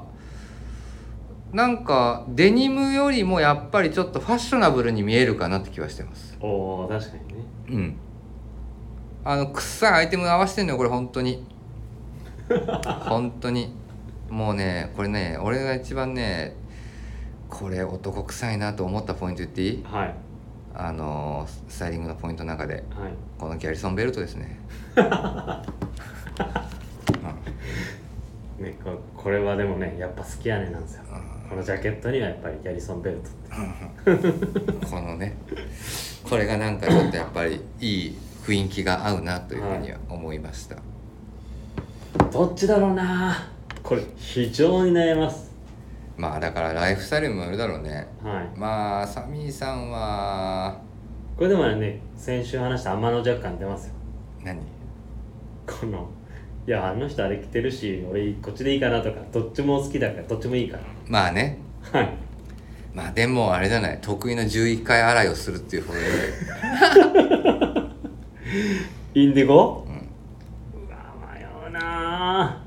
なんかデニムよりもやっぱりちょっとファッショナブルに見えるかなって気はしてます。
おー確かにね。
うんあの臭いアイテム合わせてんのよこれ本当に本当にもうねこれね俺が一番ねこれ男臭いなと思ったポイント言っていい？
はい。
あのスタイリングのポイントの中で、はい、このギャリソンベルトですね、うん、
ね こ, これはでもねやっぱ好きやねなんですよ、うん、このジャケットにはやっぱりギャリソンベルトって、
このねこれがなんかちょっとやっぱりいい雰囲気が合うなというふうには思いました、はい、
どっちだろうなこれ非常に悩ます。
まあだからライフスタイルにもよるだろうね、
はい、
まあサミーさんは
これでもね先週話した天の弱感出ますよ。
何
このいやあの人あれ着てるし俺こっちでいいかなとかどっちも好きだからどっちもいいから
まあね
はい
まあでもあれじゃない得意のじゅういっかい洗いをするっていう方で
インディゴ、
うん、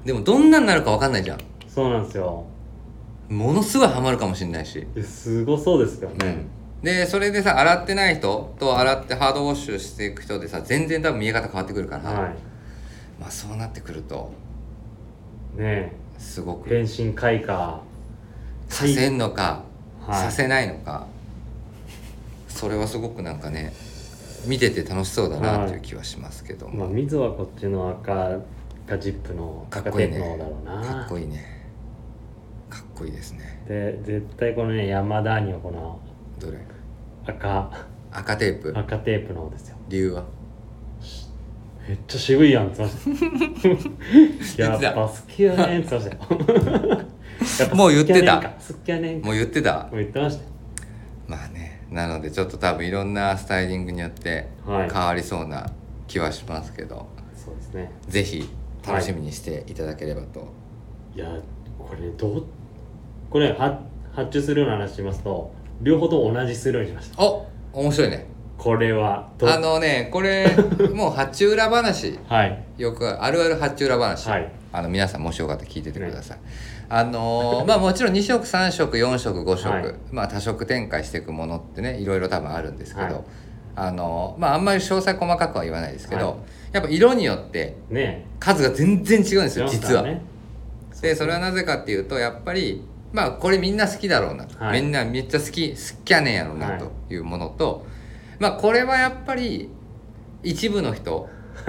でもどんなになるか分かんないじゃん。
そうなんですよ。
ものすごいハマるかもしれないし。
すごそうですよね、
うん、でそれでさ洗ってない人と洗ってハードウォッシュしていく人でさ全然多分見え方変わってくるから、はい、まあそうなってくると
ね
すごく
変身開花
させんのか、はい、させないのか、それはすごくなんかね見てて楽しそうだなっていう気はしますけども、
はい、まあ、水はこっちの赤がジップの赤テープの方だろうな。
かっこいいねかっこいいですね。
で絶対このね山田にはこの
どれ
赤
赤テープ
赤テープの方ですよ。
理由は
めっちゃ渋いやんって言ってましたやっぱ好きやねんって言ってましたよ
もう言ってた
好きやねん
もう言ってた
もう言ってましたよ。
まあね、なのでちょっと多分いろんなスタイリングによって変わりそうな気はしますけど、はい、
そうですね、
ぜひ楽しみにしていただければと、はい、
いやこれどうこれ発注するような話しますと両方と同じするようにしました。
お面白いね
これは
あのねこれもう発注裏話、
はい、
よくあるある発注裏話、はい、あの皆さんもしよかったら聞いててください、ね、あのー、まあもちろんに色さん色よん色ご色、はい、まあ多色展開していくものってねいろいろ多分あるんですけど、はい、あのー、まああんまり詳細細かくは言わないですけど、はい、やっぱ色によって数が全然違うんですよ、ね、実は、ね、でそれはなぜかっていうとやっぱりまあこれみんな好きだろうなと、はい、みんなめっちゃ好き好きやねんやろうなというものと、はい、まあこれはやっぱり一部の人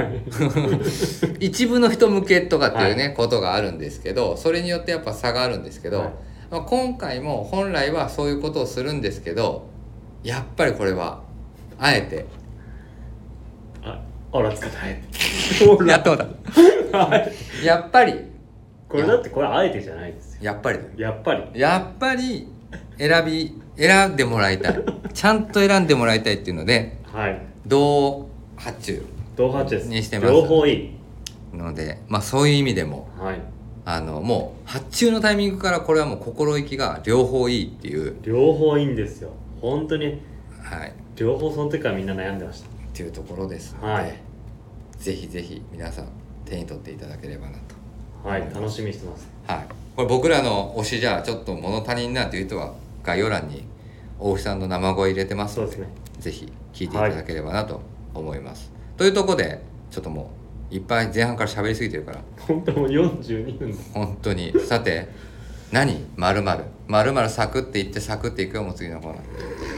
一部の人向けとかっていうね、はい、ことがあるんですけどそれによってやっぱ差があるんですけど、はい、まあ、今回も本来はそういうことをするんですけどやっぱりこれはあえて
ああら使ってあえ
てやったことあるやっぱり
これだってこれあえてじゃないですよ。
やっぱり
やっぱり
やっぱり選び選んでもらいたいちゃんと選んでもらいたいっていうので、はい、同発注
同発注です
にしてます。
両方いい
ので、まあそういう意味でも、はい、あのもう発注のタイミングからこれはもう心意気が両方いいっていう
両方いいんですよ本当に、はい、両方その時からみんな悩んでました
っていうところですので、はい、ぜひぜひ皆さん手に取っていただければなと。
はい、楽しみにしてます。
はい、これ僕らの推しじゃちょっと物足りんなという人は概要欄に大木さんの生声入れてますので、そうですね、ぜひ聞いていただければなと思います、はい、というところでちょっともういっぱい前半から喋りすぎてるから
本当もうよんじゅうにふんです
本当にさて何〇〇〇〇サクっていってサクっていくよもう次のコーナー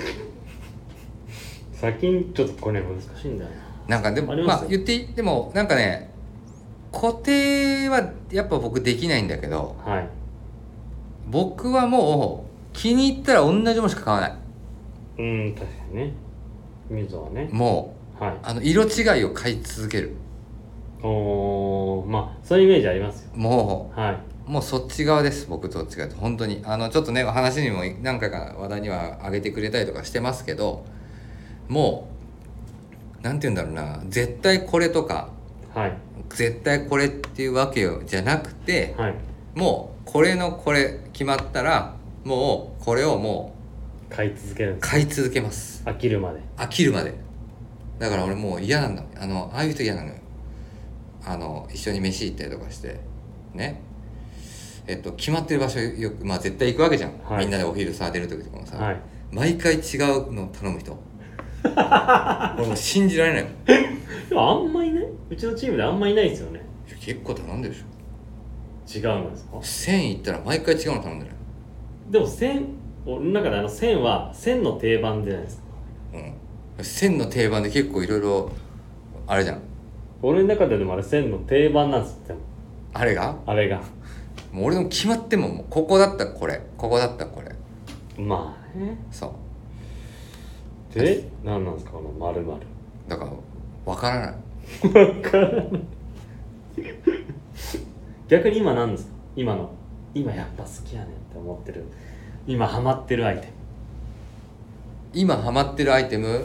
先にちょっとこれ難しいんだよ
ななんかでも ま, まあ言っていいでもなんかね固定はやっぱ僕できないんだけど、はい、僕はもう気に入ったら同じものしか買わない。
うん確かにね水はね
もう、はい、あの色違いを買い続ける。
おまあそういうイメージありますよ
もう、はい、もうそっち側です僕どっちかって本当にあのちょっとね話にも何回か話題には上げてくれたりとかしてますけどもうなんて言うんだろうな絶対これとか、はい、絶対これっていうわけよじゃなくて、はい、もうこれのこれ決まったらもうこれをも
う買い続けるんです
買い続けます
飽きるまで
飽きるまでだから俺もう嫌なんだあのああいう人嫌なのよあの一緒に飯行ったりとかしてねえっと決まってる場所よくまあ絶対行くわけじゃん、はい、みんなでお昼さ出る時とかもさ、はい、毎回違うの頼む人俺もう信じられないもん
でもあんまいないうちのチームであんまいないですよね。
結構頼んでるで
しょ。違うんですか。
線いったら毎回違うの頼んでる。
でも線俺の中であの線は線の定番じゃないですか。
うん線の定番で結構いろいろあれじゃん。
俺の中ででもあれ線の定番なんですって。
あれが
あれが
もう俺の決まってももうここだったらこれここだったらこれ
まあね
そう
で何なんですかこの丸々
だから分からない
分からない逆に今何ですか今の今やっぱ好きやねんって思ってる今ハマってるアイテム
今ハマってるアイテム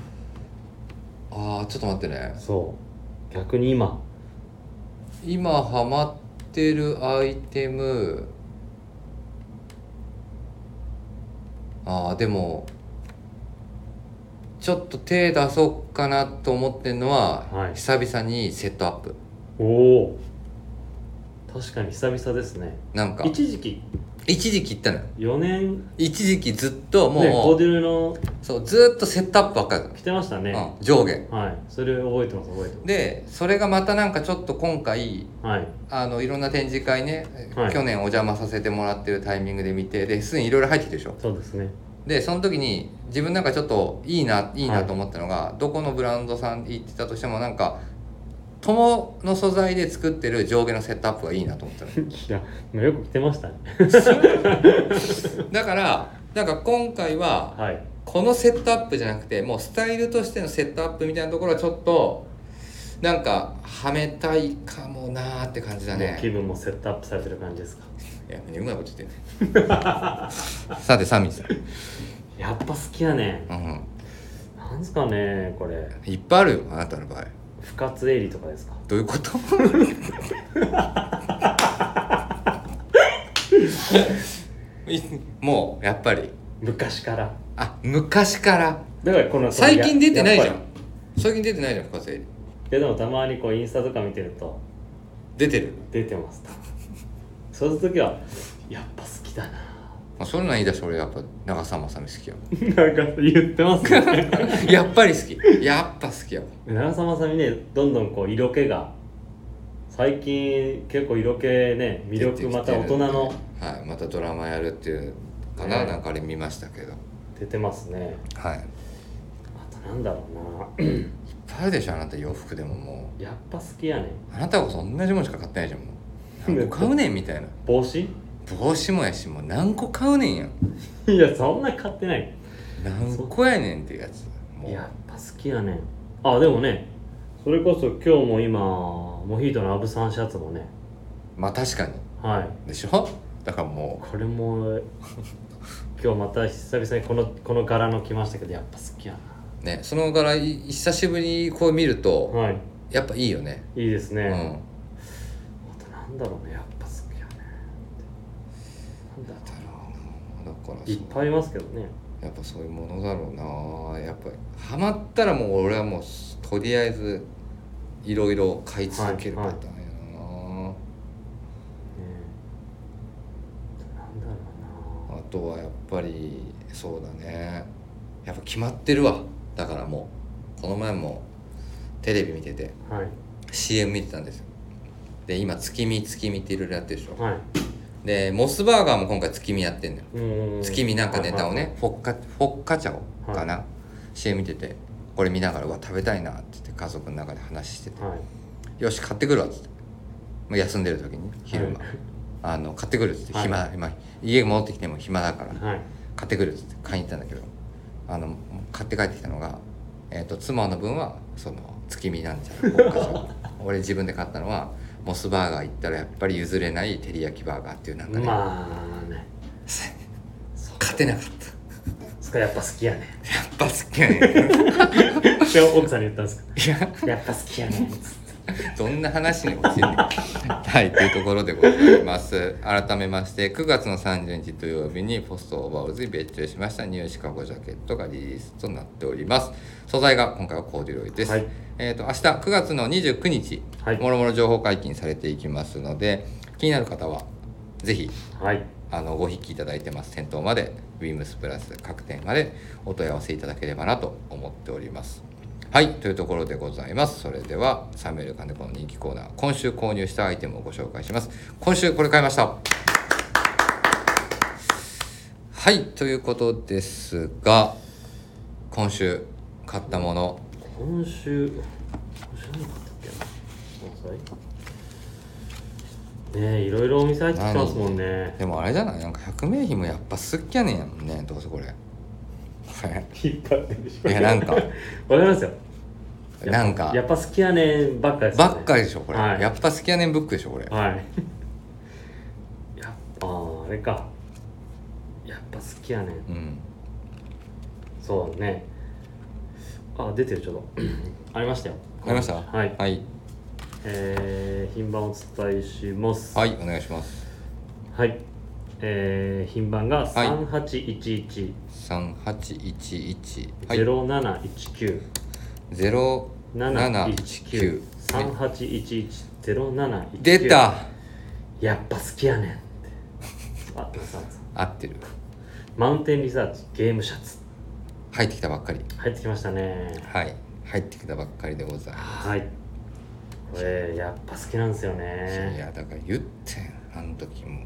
あーちょっと待ってね
そう逆に今
今ハマってるアイテムあーでもちょっと手出そうかなと思ってるのは、はい、久々にセットアップ
おお確かに久々ですね。
なんか
一時期
一時期行ったのよ。
よねん
一時期ずっともう、
ね、コーデュルの
そうずっとセットアップばっかりだった。
着てましたね、
うん、上下。
はい、それ覚えてます覚えてます。
でそれがまたなんかちょっと今回、はい、あのいろんな展示会ね、はい、去年お邪魔させてもらってるタイミングで見て、ですでにいろいろ入ってきてるでしょ。
そうですね。
でその時に自分なんかちょっといいないいなと思ったのが、はい、どこのブランドさん行ってたとしてもなんか友の素材で作ってる上下のセットアップがいいなと思ったの。
いやよく着てましたね
だからなんか今回は、はい、このセットアップじゃなくてもうスタイルとしてのセットアップみたいなところはちょっとなんかはめたいかもなーって感じだね。
気分もセットアップされてる感じですか。
いや何うまいこと言ってんねさてサミさん
やっぱ好きやね、うん、なんすかねこれ
いっぱいあるよあなたの場合。
深津絵里とかですか。
どういうこともうやっぱり
昔から。
あ昔から
だからこの
最近出てないじゃん。最近出てないじゃん深津絵里。い
やでもたまにこうインスタとか見てると
出てる
出てますそういう時はやっぱ好きだな。
まあ、それの言い出し俺やっぱ長澤まさみ好きよ
なんか言ってますね
やっぱり好きやっぱ好きよ
長澤まさみね。どんどんこう色気が最近結構色気ね魅力また大人の、
はい、またドラマやるっていうかな、ね、なんかあれ見ましたけど
出てますね。はい。あとなんだろうないっ
ぱいあるでしょあなた洋服でもも
うやっぱ好きやねん。
あなたこそ同じものしか買ってないじゃんもう何個買うねんみたいな
帽子
帽子もやしもう何個買うねんやん
いやそんな買ってない。
何個やねんっていうやつ
もうやっぱ好きやねん。あでもねそれこそ今日も今モヒートのアブサンシャツもね。
まあ確かに
はい
でしょ。だからも
うこれも今日また久々にこのこの柄の着ましたけどやっぱ好きや
なね。その柄久しぶりにこう見ると、はい、やっぱいいよね。
いいですね、うん、あとなんだろうねやっぱ好きやねなんだろうな。だからいっぱいいますけどね。
やっぱそういうものだろうな。やっぱりハマったらもう俺はもうとりあえずいろいろ買い続けるパターンやな、はいはい、ね、なんだろうな。あとはやっぱりそうだねやっぱ決まってるわ。だからもうこの前もテレビ見てて、はい、シーエム 見てたんですよ。で今月見月見っていろいろやってるでしょ、はい、でモスバーガーも今回月見やってんのよ。月見なんかネタをね、はいはいはい、フォッカフォッカチャオかな、はい、シーエム 見ててこれ見ながらうわ食べたいなって言って家族の中で話してて、はい、よし買ってくるわっつってもう休んでる時に昼間、はい、あの買ってくるっつって暇、はい、今家戻ってきても暇だから、はい、買ってくるっつって買いに行ったんだけどあの買って帰ってきたのが、えー、と妻の分はその月見なんじゃない俺自分で買ったのはモスバーガー行ったらやっぱり譲れない照り焼きバーガーっていうなんかね
まあね
勝てなかった
そやっぱ好きやねや
っぱ好きやね
奥さんに言ったんですか。いややっぱ好きやね
どんな話に落ちるのはいというところでございます。改めましてくがつのさんじゅうにち土曜日にポストオーバーオールズに別注しましたニューシカゴジャケットがリリースとなっております。素材が今回はコーデュロイです、はい、えーと明日くがつのにじゅうくにち、はい、もろもろ情報解禁されていきますので気になる方はぜひ、はい、あのご筆記いただいてます店頭までウィムスプラス各店までお問い合わせいただければなと思っております。はいというところでございます。それではサミュエルカネコの人気コーナー今週購入したアイテムをご紹介します。今週これ買いましたはいということですが今週買ったもの
今週今週何買ったっけなねえいろいろお店入ってきますもんね。
でもあれじゃないなんか百名品もやっぱ好きやねんやもんねどうせこれ
引っ張ってるでしょ。
いやなんかわか
りますよ
なんか
やっぱ好きやねんばっかりです
ねばっかりでしょこれ、はい、やっぱ好きやねんブックでしょこれ
はいやっぱあれかやっぱ好きやねん、うん、そうねあ出てるちょうどありましたよ
ありました
はい、
はい、
えー、品番をお伝えします
はいお願いします
はいえー、品番がさんはちいちいち
さんはちいちいち
ゼロなないちきゅう
ゼロなないちきゅう
さんはちいちいち ゼロなないちきゅう
出た
やっぱ好きやねんって合ってます
合ってる。
マウンテンリサーチゲームシャツ
入ってきたばっかり。
入ってきましたね。
はい入ってきたばっかりでございます。
はいこれやっぱ好きなんですよね。
いやだから言ってんあの時も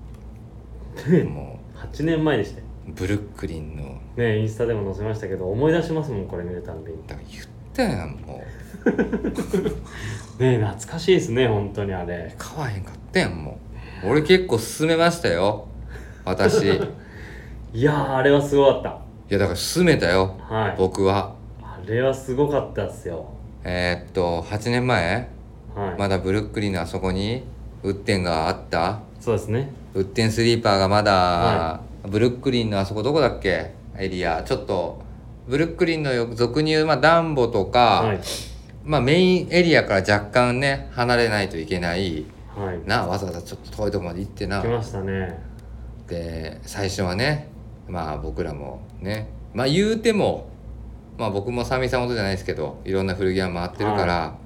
も
うはちねんまえでしたよ。
ブルックリンの
ねインスタでも載せましたけど思い出しますもんこれ見るたんびに。
だから言ったやんも
うね懐かしいですね本当にあれ。
買わへんかったやんもう。俺結構勧めましたよ私い
やーあれはすごかった。
やだから勧めたよ、
はい、
僕は。
あれはすごかったっすよ。
えー、っとはちねんまえ、はい、まだブルックリンのあそこにウッデンがあった。
そうですね。
ウッデンスリーパーがまだ、はい、ブルックリンのあそこどこだっけエリアちょっとブルックリンの俗に言う、まあ、ダンボとか、はい、まあ、メインエリアから若干ね離れないといけない、はい、なわざわざちょっと遠いとこまで行ってな
来ましたね。
で最初はねまあ僕らもねまあ言うてもまあ僕もサミさんほどじゃないですけどいろんな古着屋回ってるから、はい、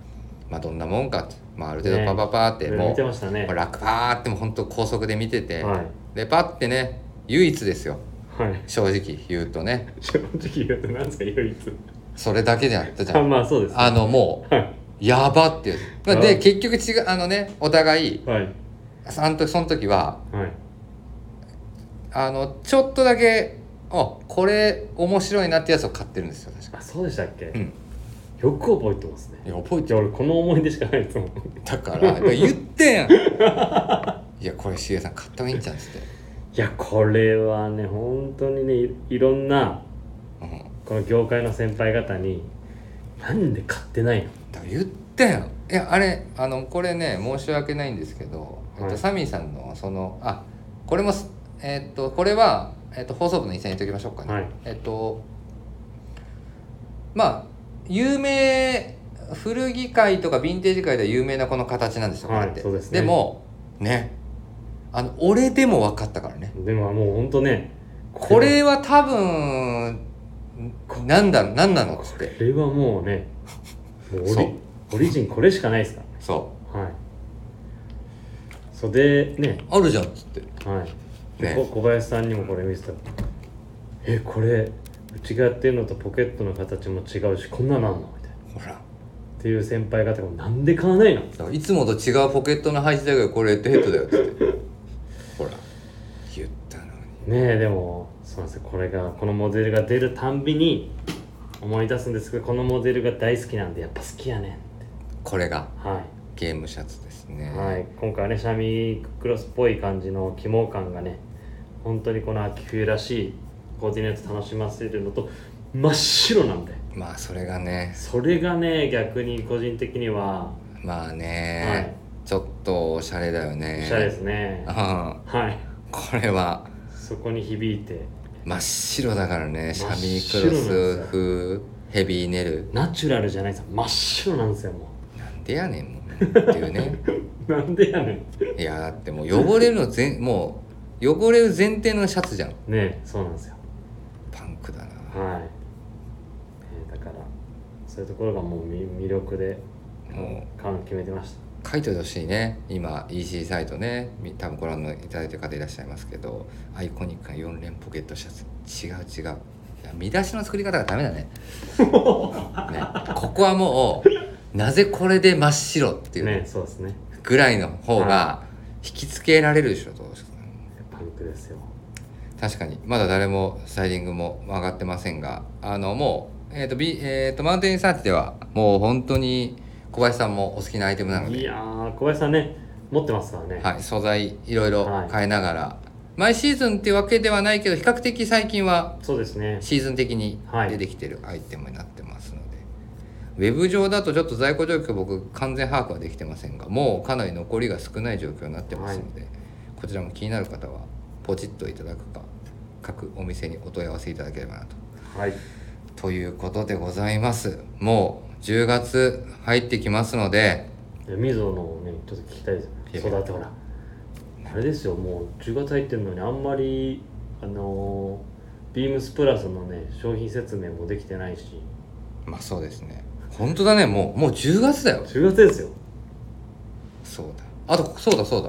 まあどんなもんかってまあある程度パパパーって、ね、もう
見てましたね。
楽パーってもう本当高速で見てて、はい、でパッてね唯一ですよ、はい、正直言うとね
正直言うと何ですか唯一
それだけであったじゃん。
あまあそうです、ね、
あのもう、はい、やばっていうで結局違うあのねお互い、はい、あのその時は、はい、あのちょっとだけあこれ面白いなってやつを買ってるんですよ確か。
あそうでしたっけ、うん、よく覚えてますね。
いや覚えてる。
俺この思い出しかないですもん
だから言ってんいやこれしげさん買った方がいいんじゃんっつって。
いやこれはね本当にね い, いろんな、うん、この業界の先輩方になんで買ってないの
だから言ってん。いやあれあのこれね申し訳ないんですけど、はい、えっと、サミーさんのそのあこれもえっとこれは、えっと、放送部の一線に言っておきましょうかね、はい、えっとまあ有名古着界とかヴィンテージ界では有名なこの形なんですよ、はい、そうですね。でもねあの俺でも分かったからね。
でももうほんとね
これは多分なんだなんなのっつって。
これはもうねもうオリオリジンこれしかないですからね。
そう
はいそれでね
あるじゃんっつって
はいね、小林さんにもこれ見せたらえこれうちがやってるのとポケットの形も違うしこんななんのみたいなほらっていう先輩方がなんで買わないの
だからいつもと違うポケットの配置だけどこれヘッドヘッドだよってほら言ったのに
ねえでもそうなんですよこれがこのモデルが出るたんびに思い出すんですけどこのモデルが大好きなんでやっぱ好きやねんって
これが
はい
ゲームシャツですね。
はい、今回はねシャミクロスっぽい感じの肝感がね本当にこの秋冬らしいコーディネート楽しませるのと真っ白なんで
まあそれがね
それがね逆に個人的には
まあね、はい、ちょっとおしゃれだよね。
おしゃれですねはい
これは
そこに響いて
真っ白だからねシャミクロス風ヘビーネル
ナチュラルじゃないですよ真っ白なんですよも
うなんでやねんもうっていうね
なんでやね
んいやだってもう汚れるのぜもう汚れる前提のシャツじゃん
ねそうなんですよ
パンクだな
はい、えー、だからそういうところがもう魅力でもう買うの決めてました。
書いておいてほしいね今 イーシー サイトね多分ご覧いただいてる方いらっしゃいますけどアイコニックなよん連ポケットシャツ違う違う見出しの作り方がダメだ ね, ねここはもうなぜこれで真っ白っていう
ねそうですね
ぐらいの方が引きつけられるでしょどうですか、ね、
パンクですよ。
確かにまだ誰もスタイリングも上がってませんがあのもう、えーとビえー、とマウンテンリサーチではもう本当に小林さんもお好きなアイテムなので
いやー小林さんね持ってますからね
はい素材いろいろ変えながら、はい、毎シーズンっていうわけではないけど比較的最近は
そうですね
シーズン的に出てきてるアイテムになってますので、はい、ウェブ上だとちょっと在庫状況僕完全把握はできてませんがもうかなり残りが少ない状況になってますので、はい、こちらも気になる方はポチッといただくか各お店にお問い合わせいただければなと、はい、ということでございます。もうじゅうがつ入ってきますので
いやみぞのねちょっと聞きたいですよ。そうだってほらあれですよもうじゅうがつ入ってるのにあんまりあのー、ビームスプラスのね商品説明もできてないし
まあそうですね本当だねもうもうじゅうがつだよ。
じゅうがつですよ。
そうだあとそうだそうだ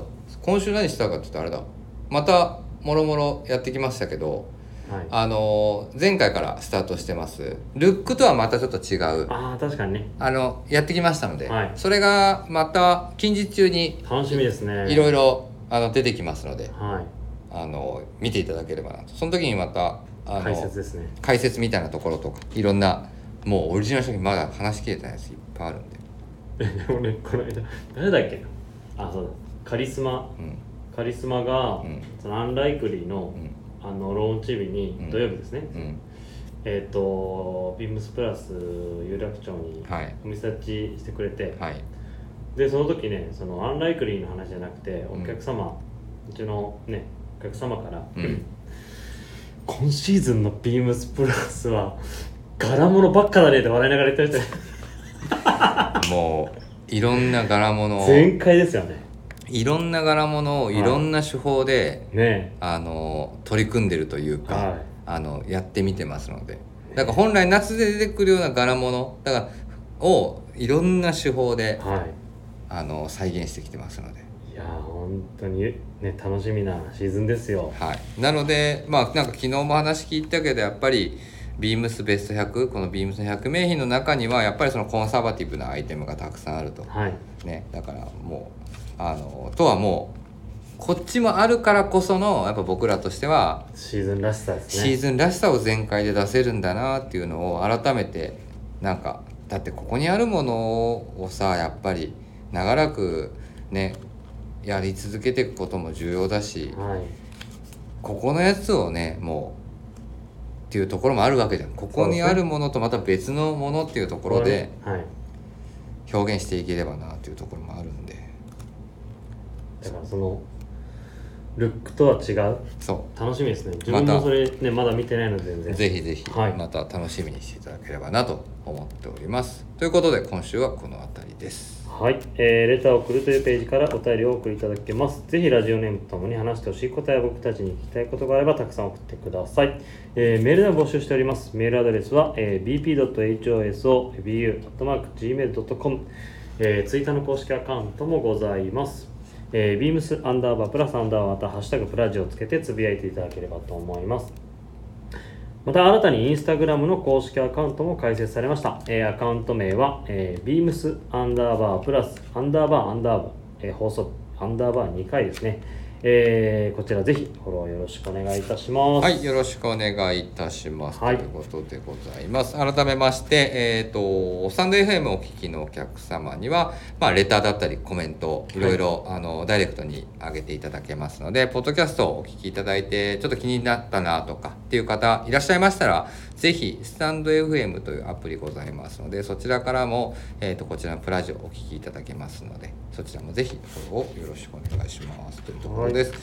今週何したかって言ったらあれだ、またもろもろやってきましたけど、はい、あの前回からスタートしてますルックとはまたちょっと違う、
あ確かにね、
あのやってきましたので、
はい、
それがまた近日中に
楽しみですね、
いろいろあの出てきますので、
はい、
あの見ていただければなと。その時にまたあの
解説ですね、
解説みたいなところとかいろんなもうオリジナル商品まだ話しきれてないやついっぱいあるんで。
えでもね、この間誰だっけな、あそうだ、カリスマ、うん、カリスマが、うん、そのアンライクリーの、うんあのローンチ日に、うん、土曜日ですね、うん、えっ、ー、とビームスプラス有楽町にお店立ちしてくれて、はい、でその時ね、そのアンライクリーの話じゃなくて、お客様、うん、うちのねお客様から、うん、今シーズンのビームスプラスは柄物ばっかだねって笑いながら言ってました
もういろんな柄物を
全開ですよね。
いろんな柄物をいろんな手法で、はいね、あの取り組んでるというか、はい、あのやってみてますので、だから本来夏で出てくるような柄物だからをいろんな手法で、はい、あの再現してきてますので、
いや本当にね楽しみなシーズンですよ。
はい、なのでまあなんか昨日も話聞いたけど、やっぱりビームスベストひゃく、このビームスのひゃく名品の中にはやっぱりそのコンサバティブなアイテムがたくさんあると、はいね、だからもうあのとはもうこっちもあるからこそのやっぱ僕らとしては
シーズンらしさですね。
シーズンらしさを全開で出せるんだなっていうのを改めて、なんかだってここにあるものをさやっぱり長らくねやり続けていくことも重要だし、はい、ここのやつをねもうっていうところもあるわけじゃん。ここにあるものとまた別のものっていうところで表現していければなっていうところもあるんで、
だからそのルックとは違う、そう楽しみですね。自分もそれねまだ見てないので全然
ぜひぜひまた楽しみにしていただければなと思っております、はい、ということで今週はこの辺りです。
はい、えー、レターを送るというページからお便りをお送りいただけます。ぜひラジオネームとともに話してほしいことや僕たちに聞きたいことがあればたくさん送ってください。えー、メールで募集しております。メールアドレスは、えー、ビーピードットエイチオーエスオービーユーアットマークジーメールドットコム、えー、ツイッターの公式アカウントもございます。えー、ビームスアンダーバープラスアンダーバーまたハッシュタグプラジをつけてつぶやいていただければと思います。また新たにインスタグラムの公式アカウントも開設されました。えー、アカウント名は、えー、ビームスアンダーバープラスアンダーバーアンダーバー、えー、放送アンダーバーにかいですね。えー、こちらぜひフォローよろしくお願いいたします。
はい、よろしくお願いいたします、はい、ということでございます。改めまして、えーと、スタンド エフエム をお聞きのお客様には、まあ、レターだったりコメントいろいろ、はい、あのダイレクトに上げていただけますので、ポッドキャストをお聞きいただいてちょっと気になったなとかっていう方いらっしゃいましたら、ぜひスタンド エフエム というアプリございますので、そちらからも、えーと、こちらのプラジオをお聞きいただけますので、そちらもぜひフォローをよろしくお願いしますというところです、はい。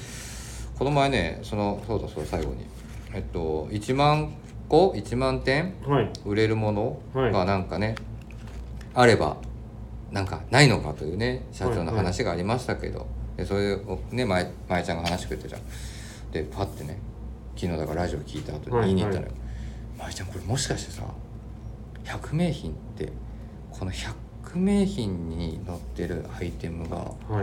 この前ね、そのそうだそうだ最後にえっといちまんこいちまんてん売れるものがなんかね、はい、あればなんかないのかというね社長の話がありましたけど、はいはい、でそれをねまえまえちゃんが話してくれてじゃん。でパッてね昨日だからラジオ聞いた後に言いに行ったのよ、はいはい、まえちゃんこれもしかしてさひゃく名品ってこのひゃく名品に載ってるアイテムが、はい、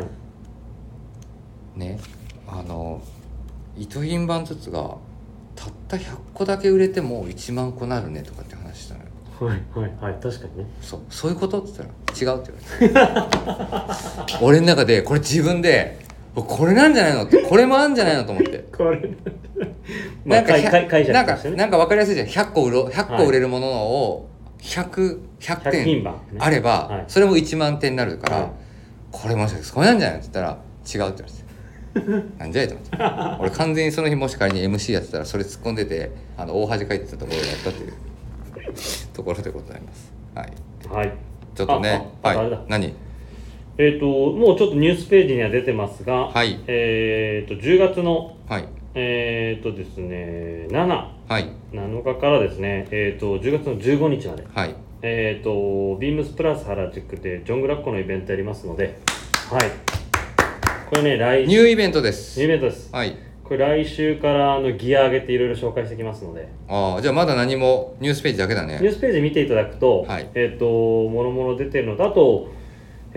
ねあの糸品番筒がたったひゃっこだけ売れてもいちまんこなるねとかって話したのよ。
はいはいはい、確かにね。
そうそういうことって言ったら違うって言われて俺の中でこれ自分でこれなんじゃないのってこれもあんじゃないのと思ってこれなんかなんかなんか分かりやすいじゃん。ひゃっこ売ろひゃっこ売れるものをひゃく、ひゃくてんあれば、はい、それもいちまんてんになるから、はい、これもしかしてこれなんじゃないのって言ったら違うって言われてなんじゃいと思って俺完全にその日もし仮に エムシー やってたらそれ突っ込んでてあの大恥かいてたところだったというところでございます。はい、はい、ちょっとね
ああ
はい、何
えっ、ー、ともうちょっとニュースページには出てますが、はい、えっ、ー、とじゅうがつの、はい、えっ、ー、とですねなな、はい、なのかからですねえっ、とじゅうがつのじゅうごにちまで、はい、えっ、とビームスプラス原宿でジョングラッコのイベントやりますので、はい。これね来
ニューイベントです。
ニューイベントです。はい。これ来週からあのギア上げていろいろ紹介してきますので。
ああ、じゃあまだ何もニュースページだけだね。
ニュースページ見ていただくと、はい、えっ、ー、ともろもろ出てるのだと、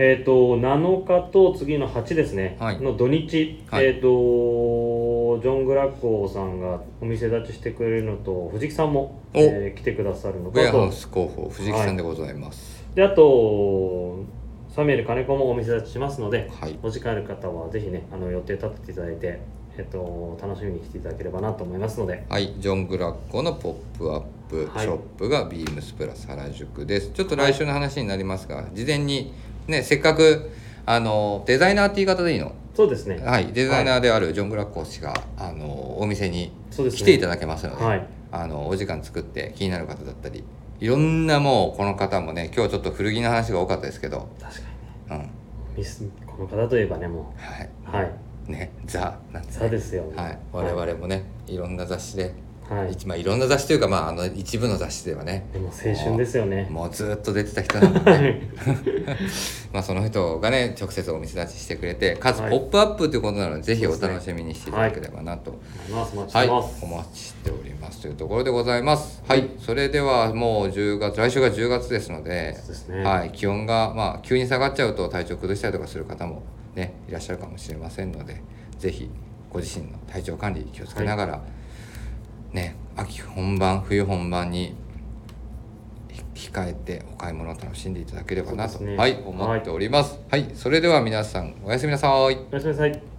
えっ、ー、となのかと次のはちですね、はい、の土日、はい、えっ、ー、とジョン・グラッコーさんがお店立ちしてくれるのと藤木さんも、えー、来てくださるのと、
ウェアハウス広報藤木さんでございます、
はい、であとサミュエル金子もお店立ちしますので、はい、お時間ある方はぜひねあの予定立てていただいて、えっと、楽しみに来ていただければなと思いますので、
はい、ジョン・グラッコのポップアップショップがビームスプラス原宿です。ちょっと来週の話になりますが、はい、事前にねせっかくあのデザイナーって言い方でいいの？
そうですね、
はい、デザイナーであるジョン・グラッコ氏があのお店に来ていただけますので、はい、あのお時間作って気になる方だったりいろんなもうこの方もね今日ちょっと古着の話が多かったですけど、
確かにね、うん、この方といえばねも
うはい、はいね、ザなん
ですね。ザですよ、
はい、我々もね、はい、いろんな雑誌で、はい、まあ、いろんな雑誌というか、まあ、あの一部の雑誌ではね
でも青春ですよね。
もうずっと出てた人なのでまあその人がね直接お店立ちしてくれてかつポップアップということなので、はい、ぜひお楽しみにしていただければなと、
はい、
はい、お待ちしておりますというところでございます。はい、はい、それではもうじゅうがつ来週がじゅうがつですの で,
そうですね、
はい、気温が、まあ、急に下がっちゃうと体調崩したりとかする方もねいらっしゃるかもしれませんのでぜひご自身の体調管理気をつけながら、はい、ね、秋本番冬本番に控えてお買い物を楽しんでいただければなと、ね、はい、思っております。はい、はい、それでは皆さんおやすみなさい。
おやすみなさい。